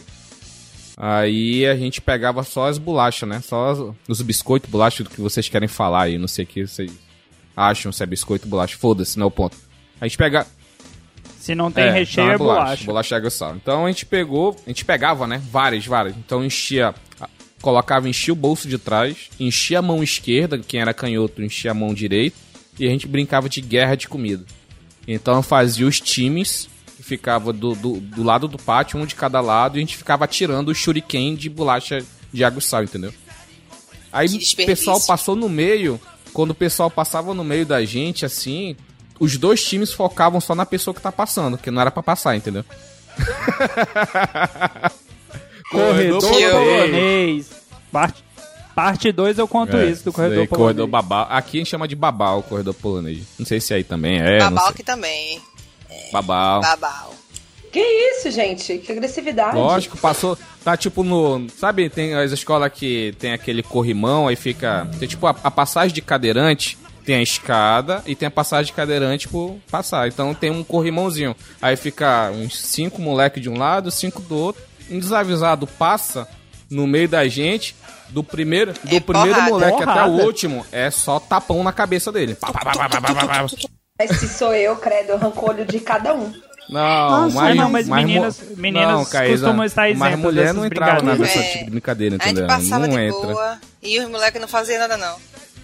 Aí a gente pegava só as bolachas, né? Só as, os biscoitos, bolacha do que vocês querem falar aí. Não sei o que vocês acham, se é biscoito, bolacha. Foda-se, não é o ponto. A gente pega... Se não tem é, recheio, é bolacha. bolacha. Bolacha água e sal. Então a gente pegou... A gente pegava, né? Várias, várias. Então enchia... Colocava, enchia o bolso de trás, enchia a mão esquerda, quem era canhoto enchia a mão direita, e a gente brincava de guerra de comida. Então fazia os times, que ficava do, do, do lado do pátio, um de cada lado, e a gente ficava atirando o shuriken de bolacha de água e sal, entendeu? Aí o pessoal passou no meio, quando o pessoal passava no meio da gente, assim, os dois times focavam só na pessoa que tá passando, que não era pra passar, entendeu? Corredor polonês. Parte, parte dois eu conto é, isso do corredor daí, polonês. Corredor babau. Aqui a gente chama de babau, corredor polonês. Não sei se aí também é. Babau aqui também. É, babau. Babau. Que isso, gente? Que agressividade. Lógico, passou. Tá tipo no. Sabe, tem as escolas que tem aquele corrimão, aí fica. Tem tipo a, a passagem de cadeirante. Tem a escada e tem a passagem de cadeirante por passar. Então tem um corrimãozinho. Aí fica uns cinco moleques de um lado, cinco do outro. Um desavisado passa no meio da gente, do primeiro, do é primeiro porrada, moleque porrada. até o último, é só tapão na cabeça dele. Mas se sou eu, credo, eu arranco o olho de cada um. Não, Nossa, mas, não, mas mas meninas, meninas não, Caísa, costumam estar isentas. Mas mulher não entrava nessa É. tipo de brincadeira, A gente entendeu? passava Não de entra. boa e os moleques não faziam nada, não.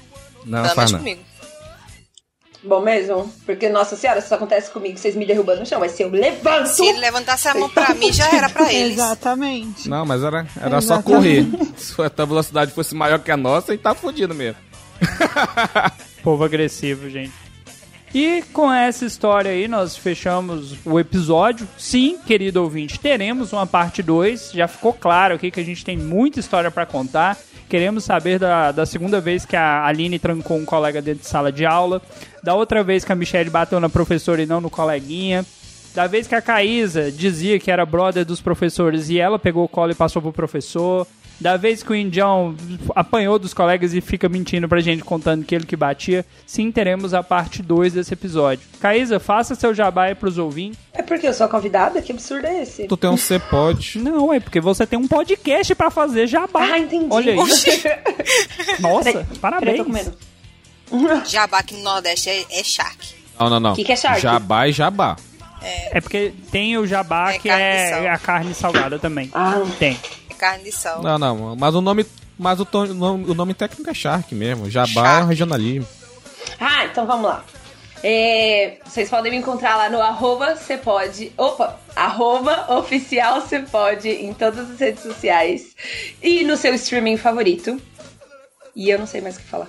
Não, Pelo faz menos não. comigo. Bom mesmo? Porque, nossa senhora, se isso acontece comigo, vocês me derrubando no chão, mas se eu levanto... Se ele levantasse a mão pra mim, já era pra eles. Exatamente. Não, mas era, era só Exatamente. correr. Se a tua velocidade fosse maior que a nossa, a gente tá fudido mesmo. Povo agressivo, gente. E com essa história aí, nós fechamos o episódio. Sim, querido ouvinte, teremos uma parte dois. Já ficou claro aqui que a gente tem muita história pra contar. Queremos saber da, da segunda vez que a Aline trancou um colega dentro de sala de aula. Da outra vez que a Michelle bateu na professora e não no coleguinha. Da vez que a Caísa dizia que era brother dos professores e ela pegou o colo e passou pro professor. Da vez que o Indião apanhou dos colegas e fica mentindo pra gente, contando que ele que batia. Sim, teremos a parte dois desse episódio. Caísa, faça seu jabá aí pros ouvintes. É porque eu sou a convidada? Que absurdo é esse? Tu tem um C-Pod. Não, é porque você tem um podcast pra fazer jabá. Ah, entendi. Olha aí. Nossa, Peraí, parabéns. peraí, tô comendo. Jabá aqui no Nordeste é, é charque. Não, não, não. Que que é shark? Jabá e jabá. É porque tem o jabá É que carne de é sal. a carne salgada também. Ah. Tem. É carne de sol. Não, não, mas o nome, mas o, tom- o nome, o nome técnico é Shark mesmo. Jabá Shark. é um regionalismo. Ah, então vamos lá. É, vocês podem me encontrar lá no arroba cepode, opa, arroba oficial cepode em todas as redes sociais e no seu streaming favorito. E eu não sei mais o que falar.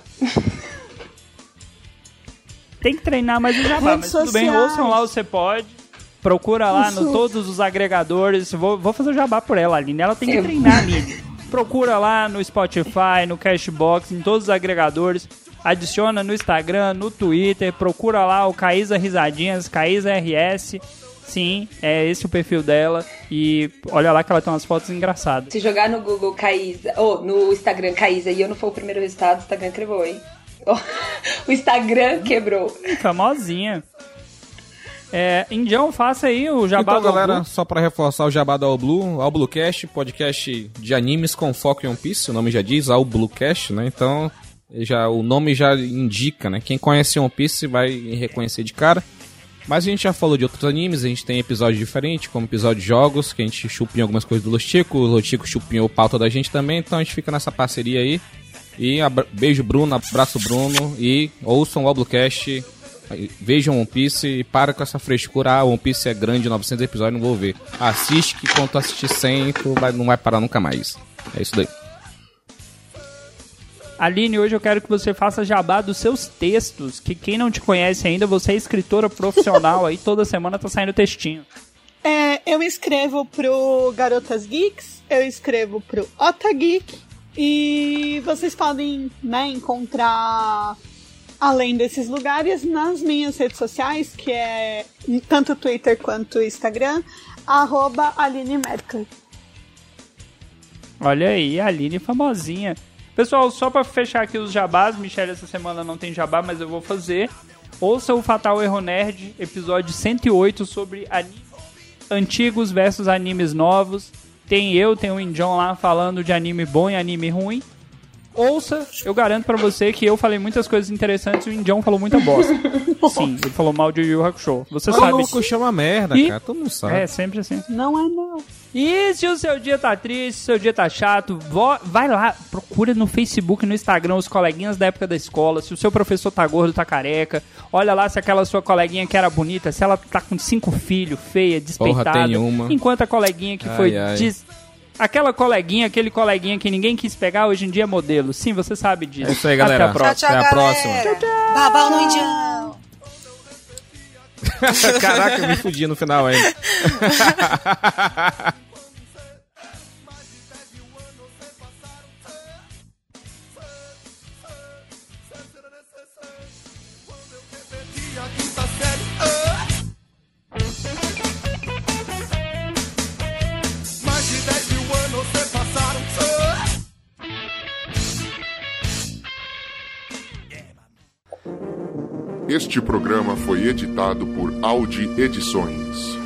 Tem que treinar mais o jabá, Redes mas tudo bem, sociais. ouçam lá o Você Pode. Procura lá Isso. no todos os agregadores. Vou, vou fazer o jabá por ela, Aline. Ela tem que Eu- treinar, Aline. Procura lá no Spotify, no Cashbox, em todos os agregadores. Adiciona no Instagram, no Twitter. Procura lá o Caísa Risadinhas, Caísa R S. Sim, é esse o perfil dela. E olha lá que ela tem umas fotos engraçadas. Se jogar no Google Caísa, ou no Instagram Caísa e eu não for o primeiro resultado, o Instagram quebrou, hein? O Instagram quebrou. Famosinha. É, Indião, faça aí o jabá Então, do galera, Albu. só pra reforçar o jabá do All Blue, All Bluecast, podcast de animes com foco em One Piece, o nome já diz, All Bluecast, né? Então, já, o nome já indica, né? Quem conhece One Piece vai reconhecer de cara. Mas a gente já falou de outros animes, a gente tem episódios diferentes, como episódio de jogos, que a gente chupinha algumas coisas do Lostico, o Lostico chupinhou pauta da gente também, então a gente fica nessa parceria aí. E abra- beijo Bruno, abraço Bruno, e ouçam o All Bluecast. Vejam One Piece e para com essa frescura. Ah, One Piece é grande, novecentos episódios, não vou ver. Assiste que quando tu assistir cem, tu vai, não vai parar nunca mais. É isso daí. Aline, hoje eu quero que você faça jabá dos seus textos, que quem não te conhece ainda, você é escritora profissional aí, toda semana tá saindo textinho. É, eu escrevo pro Garotas Geeks, eu escrevo pro Ota Geek, e vocês podem, né, encontrar, além desses lugares, nas minhas redes sociais, que é tanto Twitter quanto Instagram, arroba Aline Merkel. Olha aí, a Aline famosinha. Pessoal, só pra fechar aqui os jabás, Michelle essa semana não tem jabá, mas eu vou fazer. Ouça o Fatal Erro Nerd, episódio cento e oito, sobre animes antigos versus animes novos. Tem eu, tem o Indião lá falando de anime bom e anime ruim. Ouça, eu garanto pra você que eu falei muitas coisas interessantes e o Indião falou muita bosta. Sim, ele falou mal de Yu Yu Hakusho. Você O sabe. maluco chama merda, E- cara. Todo mundo sabe. É, sempre assim. Não é não. E se o seu dia tá triste, se o seu dia tá chato, vo- vai lá, procura no Facebook, no Instagram, os coleguinhas da época da escola, se o seu professor tá gordo, tá careca, olha lá se aquela sua coleguinha que era bonita, se ela tá com cinco filhos, feia, despeitada, Porra, tem uma. enquanto a coleguinha que Ai, foi... ai. des- Aquela coleguinha, aquele coleguinha que ninguém quis pegar, hoje em dia é modelo. Sim, você sabe disso. É isso aí, galera. Até a próxima. Tchau, tchau, Até a galera. próxima. Babau no Indião. Caraca, eu me fudi no final ainda. Mais de dez mil anos se passaram. Este programa foi editado por Audi Edições.